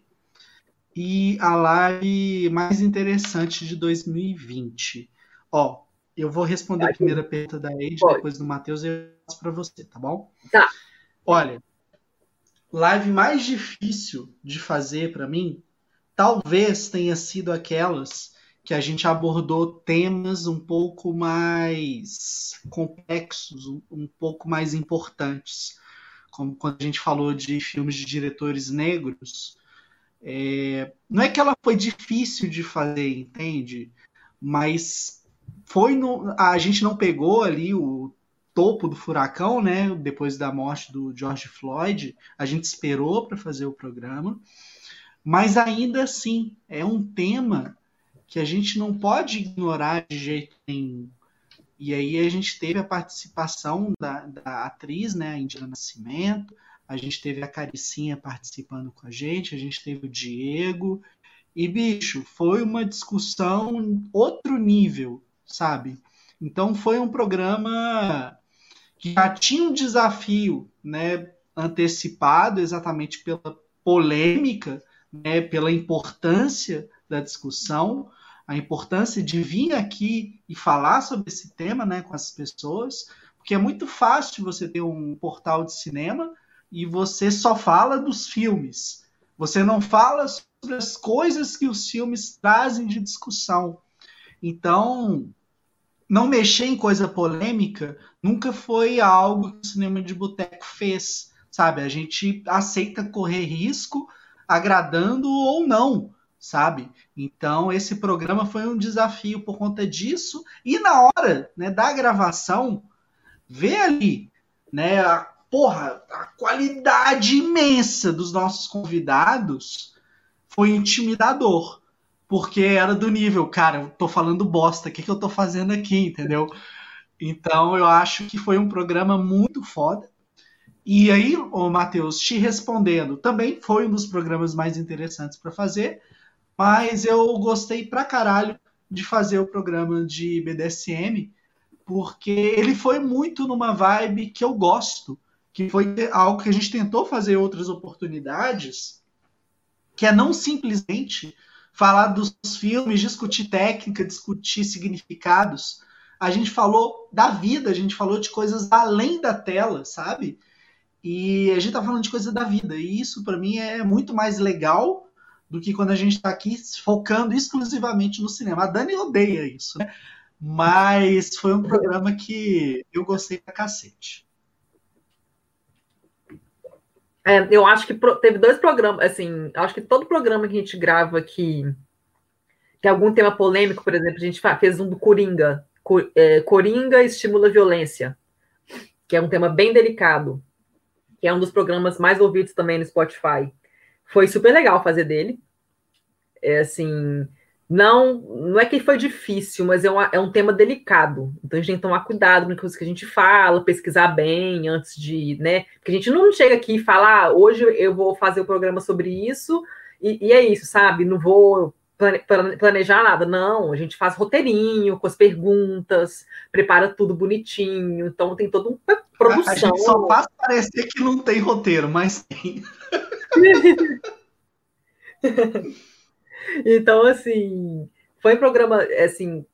e a live mais interessante de 2020. Eu vou responder a primeira pergunta da Eide, depois do Matheus eu passo para você, tá bom? Tá. Olha, live mais difícil de fazer para mim, talvez tenha sido aquelas que a gente abordou temas um pouco mais complexos, um pouco mais importantes, como quando a gente falou de filmes de diretores negros. Não é que ela foi difícil de fazer, entende? Mas a gente não pegou ali o topo do furacão, né? Depois da morte do George Floyd, a gente esperou para fazer o programa, mas ainda assim é um tema que a gente não pode ignorar de jeito nenhum. E aí a gente teve a participação da atriz, né, a Indira Nascimento, a gente teve a Caricinha participando com a gente teve o Diego, e, bicho, foi uma discussão outro nível, sabe? Então foi um programa que já tinha um desafio, né, antecipado exatamente pela polêmica, né, pela importância da discussão, a importância de vir aqui e falar sobre esse tema, né, com as pessoas, porque é muito fácil você ter um portal de cinema e você só fala dos filmes. Você não fala sobre as coisas que os filmes trazem de discussão. Então, não mexer em coisa polêmica nunca foi algo que o Cinema de Boteco fez, sabe? A gente aceita correr risco, agradando ou não, sabe? Então, esse programa foi um desafio por conta disso. E na hora, né, da gravação, ver ali, né, a qualidade imensa dos nossos convidados foi intimidador. Porque era do nível, cara, eu tô falando bosta, o que eu tô fazendo aqui, entendeu? Então, eu acho que foi um programa muito foda. E aí, o Matheus, te respondendo, também foi um dos programas mais interessantes para fazer, mas eu gostei pra caralho de fazer o programa de BDSM, porque ele foi muito numa vibe que eu gosto, que foi algo que a gente tentou fazer em outras oportunidades, que é não simplesmente falar dos filmes, discutir técnica, discutir significados. A gente falou da vida, a gente falou de coisas além da tela, sabe? E a gente tá falando de coisa da vida. E isso, para mim, é muito mais legal do que quando a gente tá aqui focando exclusivamente no cinema. A Dani odeia isso, né? Mas foi um programa que eu gostei pra cacete. Eu acho que teve 2 programas, assim, acho que todo programa que a gente grava aqui tem algum tema polêmico, por exemplo, a gente fez um do Coringa. Coringa estimula a violência, que é um tema bem delicado, que é um dos programas mais ouvidos também no Spotify. Foi super legal fazer dele. Assim, não é que foi difícil, mas é um tema delicado. Então a gente tem que tomar cuidado com coisas que a gente fala, pesquisar bem antes de, né? Porque a gente não chega aqui e fala, hoje eu vou fazer o programa sobre isso, e é isso, sabe? Não vou planejar nada. Não, a gente faz roteirinho com as perguntas, prepara tudo bonitinho, então tem toda uma produção. A gente só faz parecer que não tem roteiro, mas tem. Então, assim, foi um programa, assim,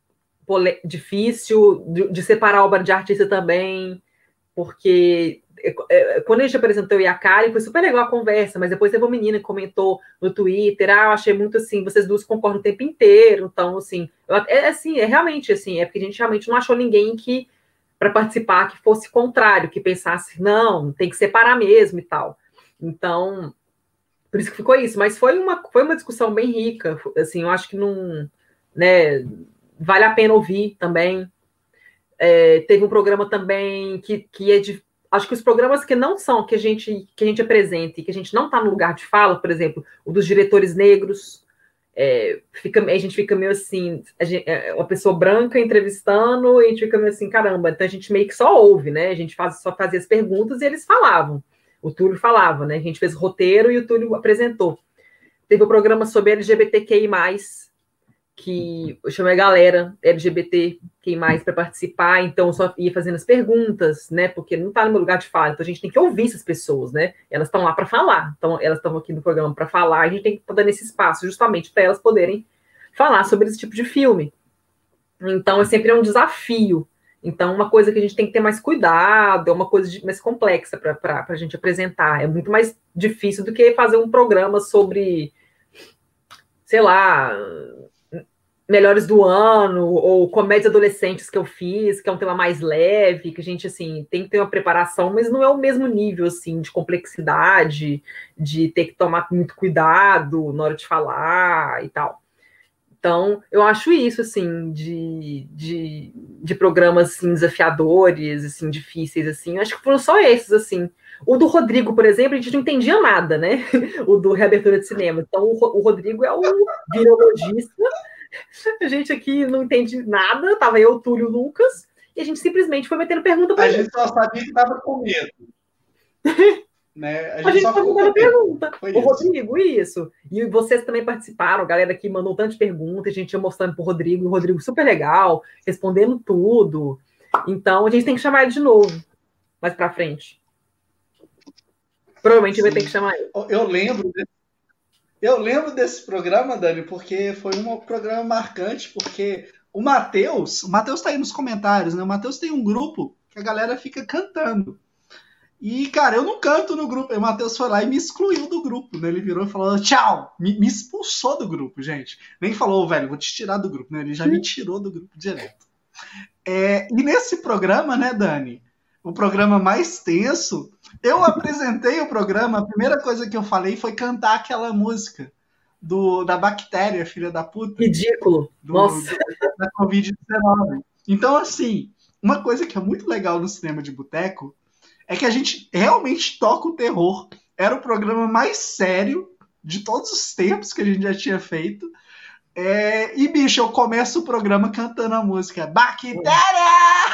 difícil de separar a obra de artista também, porque quando a gente apresentou eu e a Karen, foi super legal a conversa, mas depois teve uma menina que comentou no Twitter, eu achei muito assim, vocês duas concordam o tempo inteiro, então, assim, realmente, assim, é porque a gente realmente não achou ninguém que, para participar, que fosse contrário, que pensasse, não, tem que separar mesmo e tal. Então, por isso que ficou isso, mas foi uma discussão bem rica, assim, eu acho que não, né, vale a pena ouvir também. Teve um programa também que é de, acho que os programas que não são, que a gente apresenta e que a gente não está no lugar de fala, por exemplo, o dos diretores negros, a gente fica meio assim, uma pessoa branca entrevistando, e a gente fica meio assim, caramba, então a gente meio que só ouve, né, a gente só fazia as perguntas e eles falavam. O Túlio falava, né? A gente fez o roteiro e o Túlio apresentou. Teve um programa sobre LGBTQI+, que eu chamei a galera LGBTQI+, para participar, então eu só ia fazendo as perguntas, né? Porque não está no meu lugar de fala, então a gente tem que ouvir essas pessoas, né? Elas estão lá para falar, então elas estão aqui no programa para falar, a gente tem que estar dando esse espaço justamente para elas poderem falar sobre esse tipo de filme. Então, sempre é um desafio. Então, uma coisa que a gente tem que ter mais cuidado, é uma coisa mais complexa para a gente apresentar. É muito mais difícil do que fazer um programa sobre, sei lá, melhores do ano, ou comédias adolescentes que eu fiz, que é um tema mais leve, que a gente, assim, tem que ter uma preparação, mas não é o mesmo nível, assim, de complexidade, de ter que tomar muito cuidado na hora de falar e tal. Então, eu acho isso, assim, de programas, assim, desafiadores, assim, difíceis, assim, eu acho que foram só esses, assim. O do Rodrigo, por exemplo, a gente não entendia nada, né? O do Reabertura de Cinema. Então, o Rodrigo é o virologista, a gente aqui não entende nada, tava eu, o Túlio, o Lucas, e a gente simplesmente foi metendo pergunta pra ele. A gente só sabia que tava com medo. Né? A gente só foi mandando pergunta. Foi o Rodrigo, isso. E vocês também participaram, a galera aqui mandou tantas perguntas, a gente ia mostrando pro Rodrigo, e o Rodrigo super legal, respondendo tudo. Então, a gente tem que chamar ele de novo, mais pra frente. Provavelmente vai ter que chamar ele. Eu lembro desse programa, Dani, porque foi um programa marcante, porque o Matheus tá aí nos comentários, né? O Matheus tem um grupo que a galera fica cantando. E, cara, eu não canto no grupo. O Matheus foi lá e me excluiu do grupo, né? Ele virou e falou, tchau! Me expulsou do grupo, gente. Nem falou, velho, vou te tirar do grupo, né? Ele já me tirou do grupo direto. E nesse programa, né, Dani? O programa mais tenso, eu apresentei o programa, a primeira coisa que eu falei foi cantar aquela música da bactéria, filha da puta. Ridículo. Nossa. Da Covid-19. Então, assim, uma coisa que é muito legal no cinema de boteco é que a gente realmente toca o terror. Era o programa mais sério de todos os tempos que a gente já tinha feito. E, bicho, eu começo o programa cantando a música Bactéria!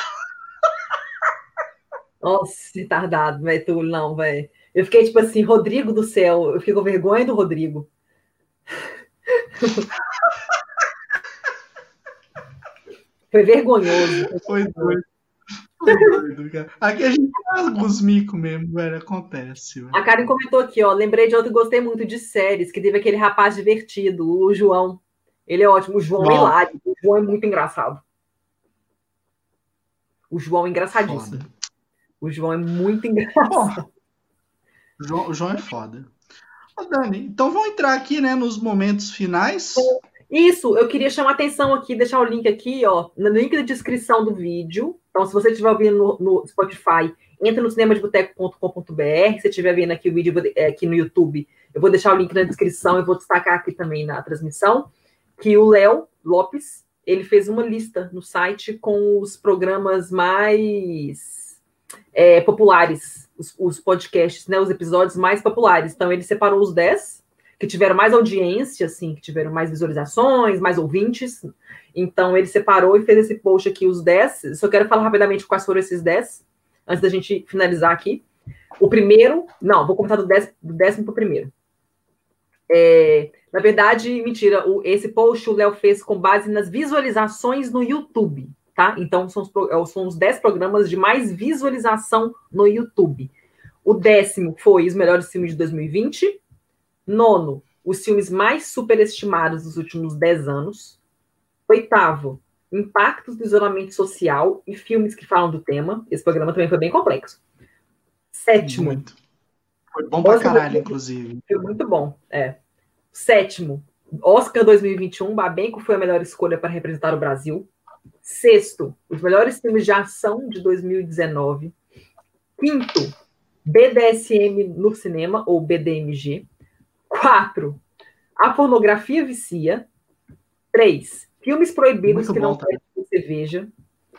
Nossa, retardado, velho, Túlio, não, velho. Eu fiquei tipo assim, Rodrigo do céu, eu fiquei com vergonha do Rodrigo. Foi vergonhoso. Foi doido. Foi doido, cara. Aqui a gente faz alguns micos mesmo, velho, acontece. Velho. A Karen comentou aqui, ó, lembrei de outro que gostei muito de séries, que teve aquele rapaz divertido, o João. Ele é ótimo, o João é hilário, o João é muito engraçado. O João é engraçadíssimo. Foda. O João é muito engraçado. O João é foda. Ô, Dani, então vamos entrar aqui, né, nos momentos finais. Isso, eu queria chamar a atenção aqui, deixar o link aqui, ó, no link da descrição do vídeo. Então, se você estiver ouvindo no Spotify, entra no cinemadeboteco.com.br. Se estiver vendo aqui o vídeo aqui no YouTube, eu vou deixar o link na descrição e vou destacar aqui também na transmissão, que o Léo Lopes, ele fez uma lista no site com os programas mais populares, os podcasts, né, os episódios mais populares. Então, ele separou os 10 que tiveram mais audiência, assim, que tiveram mais visualizações, mais ouvintes. Então, ele separou e fez esse post aqui, os 10. Só quero falar rapidamente quais foram esses 10, antes da gente finalizar aqui. O primeiro... Não, vou começar do 10º para o primeiro. Na verdade, mentira, esse post o Léo fez com base nas visualizações no YouTube, tá? Então, são os 10 programas de mais visualização no YouTube. O 10º foi os melhores filmes de 2020. 9º, os filmes mais superestimados dos últimos 10 anos. 8º, impactos do isolamento social e filmes que falam do tema. Esse programa também foi bem complexo. 7º. Muito. Foi bom pra caralho, inclusive. Foi muito bom, 7º, Oscar 2021, Babenco foi a melhor escolha para representar o Brasil. 6º, os melhores filmes de ação de 2019. 5º, BDSM no cinema, ou BDMG. 4, a pornografia vicia. 3, filmes proibidos que não querem que você veja.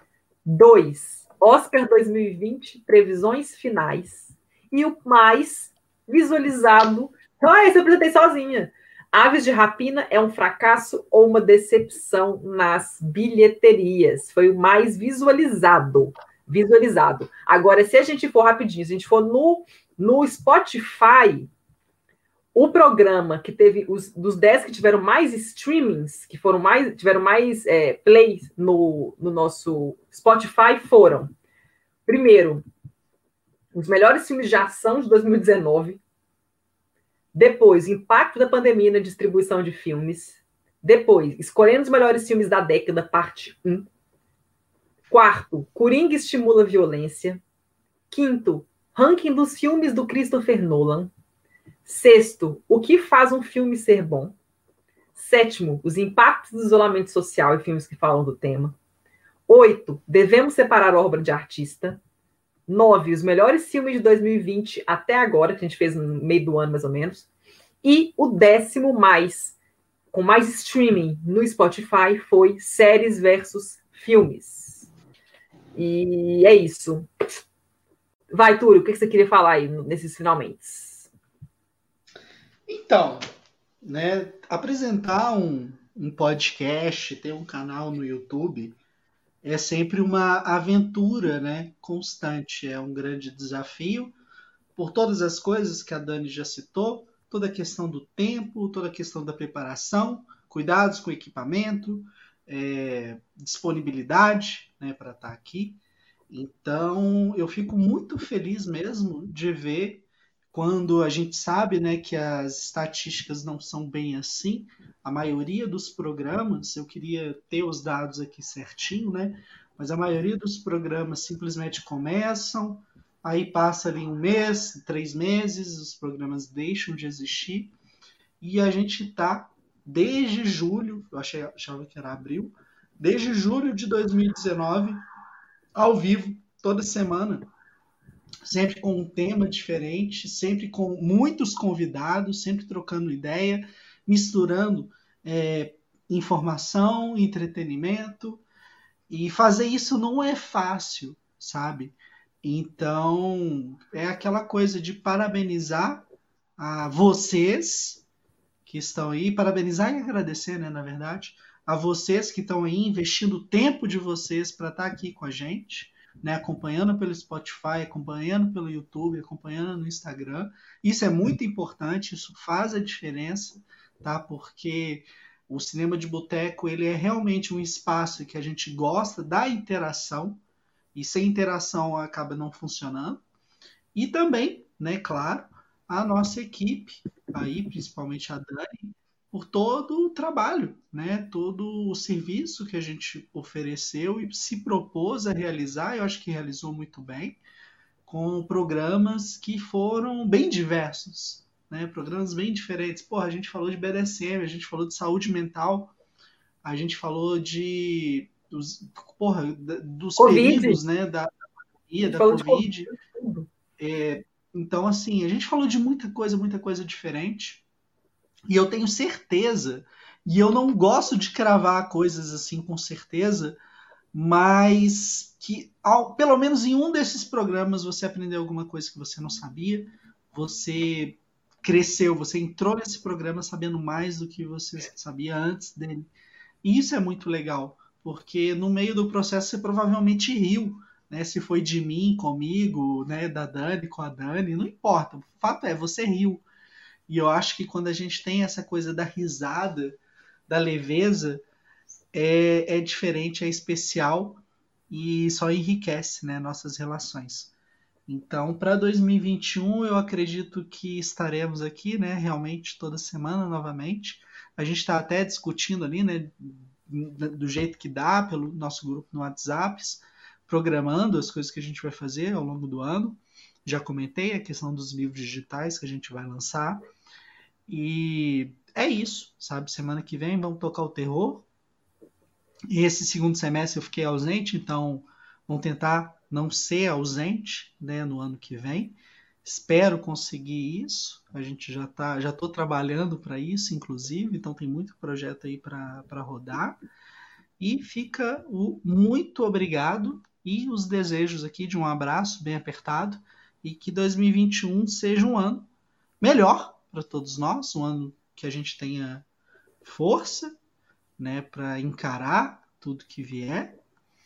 2, Oscar 2020, previsões finais. E o mais visualizado... esse eu apresentei sozinha. Aves de Rapina é um fracasso ou uma decepção nas bilheterias. Foi o mais visualizado. Agora, se a gente for rapidinho, se a gente for no Spotify... O programa que teve dos 10 que tiveram mais streamings, que tiveram mais plays no nosso Spotify foram, primeiro, os melhores filmes de ação de 2019. Depois, impacto da pandemia na distribuição de filmes. Depois, escolhendo os melhores filmes da década, parte 1. 4, Coringa estimula a violência. 5º, ranking dos filmes do Christopher Nolan. 6º, o que faz um filme ser bom? 7º, os impactos do isolamento social e filmes que falam do tema. 8, devemos separar a obra de artista. 9, os melhores filmes de 2020 até agora, que a gente fez no meio do ano, mais ou menos. E o 10º com mais streaming no Spotify foi séries versus filmes. E é isso. Vai, Túlio, o que você queria falar aí nesses finalmente? Então, né, apresentar um podcast, ter um canal no YouTube é sempre uma aventura, né, constante. É um grande desafio por todas as coisas que a Dani já citou, toda a questão do tempo, toda a questão da preparação, cuidados com o equipamento, disponibilidade, né, para estar aqui. Então, eu fico muito feliz mesmo de ver quando a gente sabe, né, que as estatísticas não são bem assim. A maioria dos programas, eu queria ter os dados aqui certinho, né, mas a maioria dos programas simplesmente começam, aí passa ali 1 mês, 3 meses, os programas deixam de existir, e a gente está desde julho, eu achava que era abril, desde julho de 2019, ao vivo, toda semana, sempre com um tema diferente, sempre com muitos convidados, sempre trocando ideia, misturando informação, entretenimento, e fazer isso não é fácil, sabe? Então, é aquela coisa de parabenizar a vocês que estão aí, parabenizar e agradecer, né, na verdade, a vocês que estão aí investindo o tempo de vocês para estar aqui com a gente, né, acompanhando pelo Spotify, acompanhando pelo YouTube, acompanhando no Instagram. Isso é muito importante, isso faz a diferença, tá? Porque o Cinema de Boteco, ele é realmente um espaço que a gente gosta da interação, e sem interação acaba não funcionando. E também, né, claro, a nossa equipe, aí, principalmente a Dani, por todo o trabalho, né, todo o serviço que a gente ofereceu e se propôs a realizar, eu acho que realizou muito bem, com programas que foram bem diversos, né, programas bem diferentes. Porra, a gente falou de BDSM, a gente falou de saúde mental, a gente falou dos perigos, né, da pandemia, da Covid. Então, assim, a gente falou de muita coisa diferente. E eu tenho certeza, e eu não gosto de cravar coisas assim com certeza, mas que pelo menos em um desses programas você aprendeu alguma coisa que você não sabia, você cresceu, você entrou nesse programa sabendo mais do que você sabia antes dele. E isso é muito legal, porque no meio do processo você provavelmente riu, né? Se foi de mim, comigo, né? Da Dani, com a Dani, não importa. O fato é, você riu. E eu acho que quando a gente tem essa coisa da risada, da leveza, é diferente, é especial e só enriquece, né, nossas relações. Então, para 2021, eu acredito que estaremos aqui, né, realmente toda semana novamente. A gente está até discutindo ali, né, do jeito que dá, pelo nosso grupo no WhatsApp, programando as coisas que a gente vai fazer ao longo do ano. Já comentei a questão dos livros digitais que a gente vai lançar. E é isso, sabe? Semana que vem vamos tocar o terror. E esse segundo semestre eu fiquei ausente, então vamos tentar não ser ausente, né, no ano que vem. Espero conseguir isso. A gente já estou trabalhando para isso, inclusive, então tem muito projeto aí para rodar. E fica o muito obrigado e os desejos aqui de um abraço bem apertado e que 2021 seja um ano melhor para todos nós, um ano que a gente tenha força, né, para encarar tudo que vier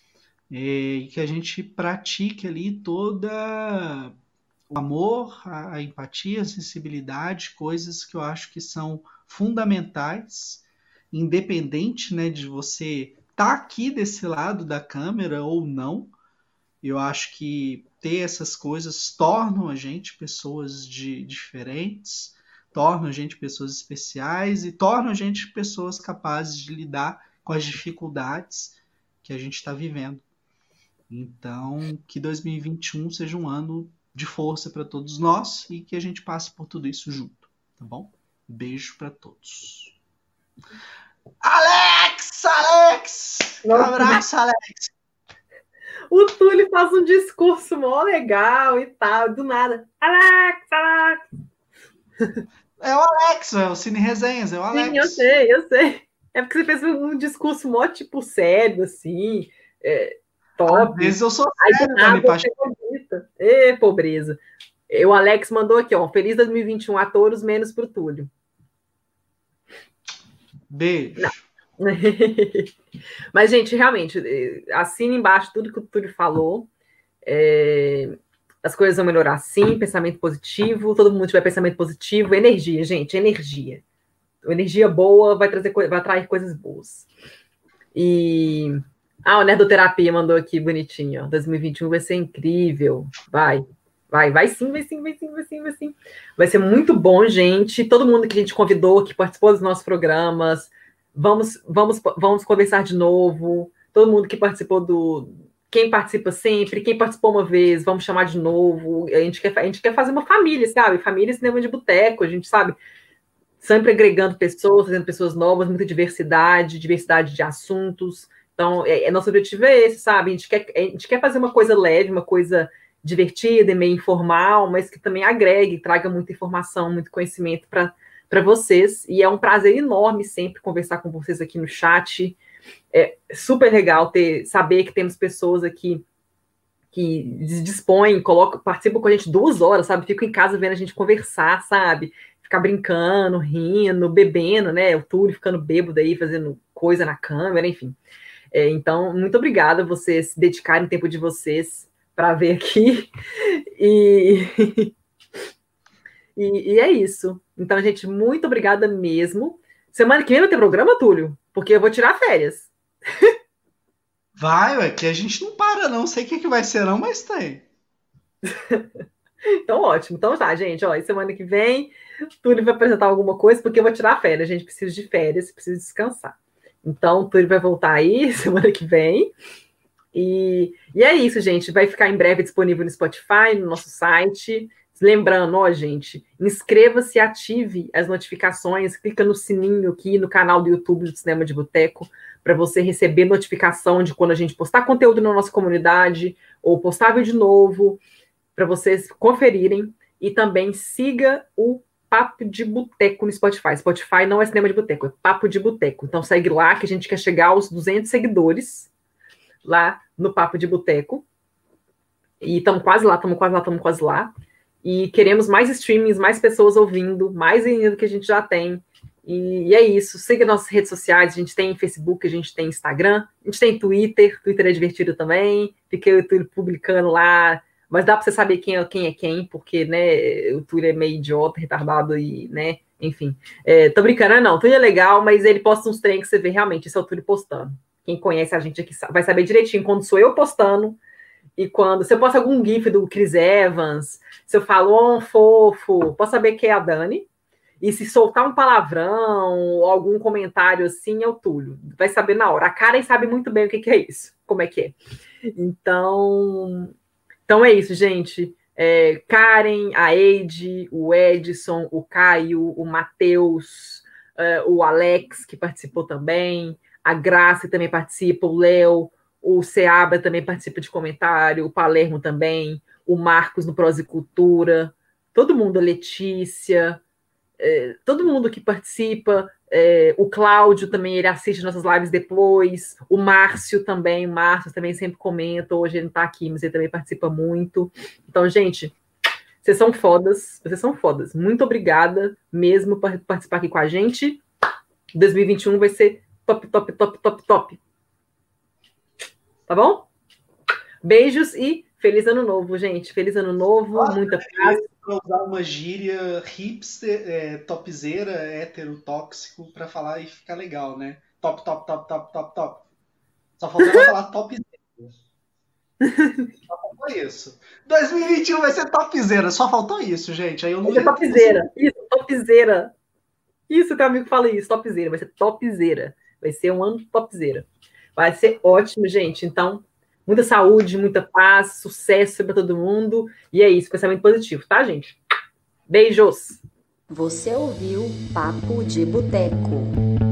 e que a gente pratique ali toda o amor, a empatia, a sensibilidade, coisas que eu acho que são fundamentais, independente, né, de você estar aqui desse lado da câmera ou não. Eu acho que ter essas coisas tornam a gente pessoas diferentes, tornam a gente pessoas especiais e tornam a gente pessoas capazes de lidar com as dificuldades que a gente está vivendo. Então, que 2021 seja um ano de força para todos nós e que a gente passe por tudo isso junto, tá bom? Beijo para todos. Alex! Um abraço, Alex! O Túlio faz um discurso mó legal e tal, do nada. Alex! É o Alex, é o Cine Resenhas, é o Alex. Sim, eu sei. É porque você fez um discurso mó, tipo, sério, assim, top. Às vezes eu sou sério, Dani Pacheco. Ê, pobreza. O Alex mandou aqui, ó, feliz 2021 a todos, menos pro Túlio. Beijo. Não. Mas, gente, realmente, assina embaixo tudo que o Túlio falou. As coisas vão melhorar sim, pensamento positivo, todo mundo tiver pensamento positivo, energia, gente, energia. Energia boa vai atrair coisas boas. E o Nerdoterapia mandou aqui bonitinho, ó. 2021 vai ser incrível. Vai sim. Vai ser muito bom, gente. Todo mundo que a gente convidou, que participou dos nossos programas, vamos conversar de novo. Todo mundo que participou quem participa sempre, quem participou uma vez, vamos chamar de novo. A gente quer fazer uma família, sabe? Família Cinema de Boteco, a gente sabe, sempre agregando pessoas, trazendo pessoas novas, muita diversidade de assuntos. Então, nosso objetivo é esse, sabe? A gente quer fazer uma coisa leve, uma coisa divertida e meio informal, mas que também agregue, traga muita informação, muito conhecimento para para vocês. E é um prazer enorme sempre conversar com vocês aqui no chat. É super legal saber que temos pessoas aqui que dispõem, participam com a gente 2 horas, sabe? Ficam em casa vendo a gente conversar, sabe? Ficar brincando, rindo, bebendo, né? O Túlio ficando bêbado aí, fazendo coisa na câmera, enfim. Então, muito obrigada a vocês dedicarem tempo de vocês para ver aqui. E é isso. Então, gente, muito obrigada mesmo. Semana que vem vai ter programa, Túlio? Porque eu vou tirar férias. Vai, que a gente não para, não. Sei o que vai ser, não, mas tem. Então, ótimo. Então, tá, gente. Ó, semana que vem, Túlio vai apresentar alguma coisa, porque eu vou tirar férias. A gente precisa de férias, precisa descansar. Então, Túlio vai voltar aí semana que vem. E é isso, gente. Vai ficar em breve disponível no Spotify, no nosso site. Lembrando, ó, gente, inscreva-se, ative as notificações, clica no sininho aqui no canal do YouTube do Cinema de Boteco, para você receber notificação de quando a gente postar conteúdo na nossa comunidade, ou postar vídeo novo, para vocês conferirem. E também siga o Papo de Boteco no Spotify. Spotify não é Cinema de Boteco, é Papo de Boteco. Então segue lá, que a gente quer chegar aos 200 seguidores lá no Papo de Boteco. E estamos quase lá. E queremos mais streamings, mais pessoas ouvindo, mais ainda do que a gente já tem. E é isso. Siga nossas redes sociais. A gente tem Facebook, a gente tem Instagram, a gente tem Twitter. Twitter é divertido também. Fiquei o Twitter publicando lá. Mas dá para você saber quem é quem, porque, né, o Twitter é meio idiota, retardado e, né, enfim. Tô brincando, não. O Twitter é legal, mas ele posta uns trem que você vê realmente. Esse é o Twitter postando. Quem conhece a gente aqui vai saber direitinho quando sou eu postando. E quando você posta algum gif do Chris Evans, se eu falo, fofo, posso saber que é a Dani. E se soltar um palavrão ou algum comentário assim, é o Túlio. Vai saber na hora. A Karen sabe muito bem o que é isso, como é que é. Então é isso, gente. Karen, a Eide, o Edson, o Caio, o Matheus, o Alex, que participou também, a Graça também participa, o Léo, o Seabra também participa de comentário, o Palermo também, o Marcos no Prosicultura, todo mundo, a Letícia, todo mundo que participa, o Cláudio também, ele assiste nossas lives depois, o Márcio também sempre comenta, hoje ele não tá aqui, mas ele também participa muito. Então, gente, vocês são fodas, muito obrigada mesmo por participar aqui com a gente. 2021 vai ser top. Tá bom? Beijos e feliz ano novo, gente. Feliz ano novo, muita paz. Pra usar uma gíria hipster, topzera, hétero, tóxico, pra falar e ficar legal, né? Top. Só faltava falar topzera. Só faltou isso. 2021 vai ser topzera. Só faltou isso, gente. Aí eu não vai ser topzera. Isso, topzera. Isso que o amigo fala isso, topzera. Vai ser topzera. Vai ser um ano topzera. Vai ser ótimo, gente. Então, muita saúde, muita paz, sucesso para todo mundo. E é isso, pensamento positivo, tá, gente? Beijos! Você ouviu Papo de Boteco.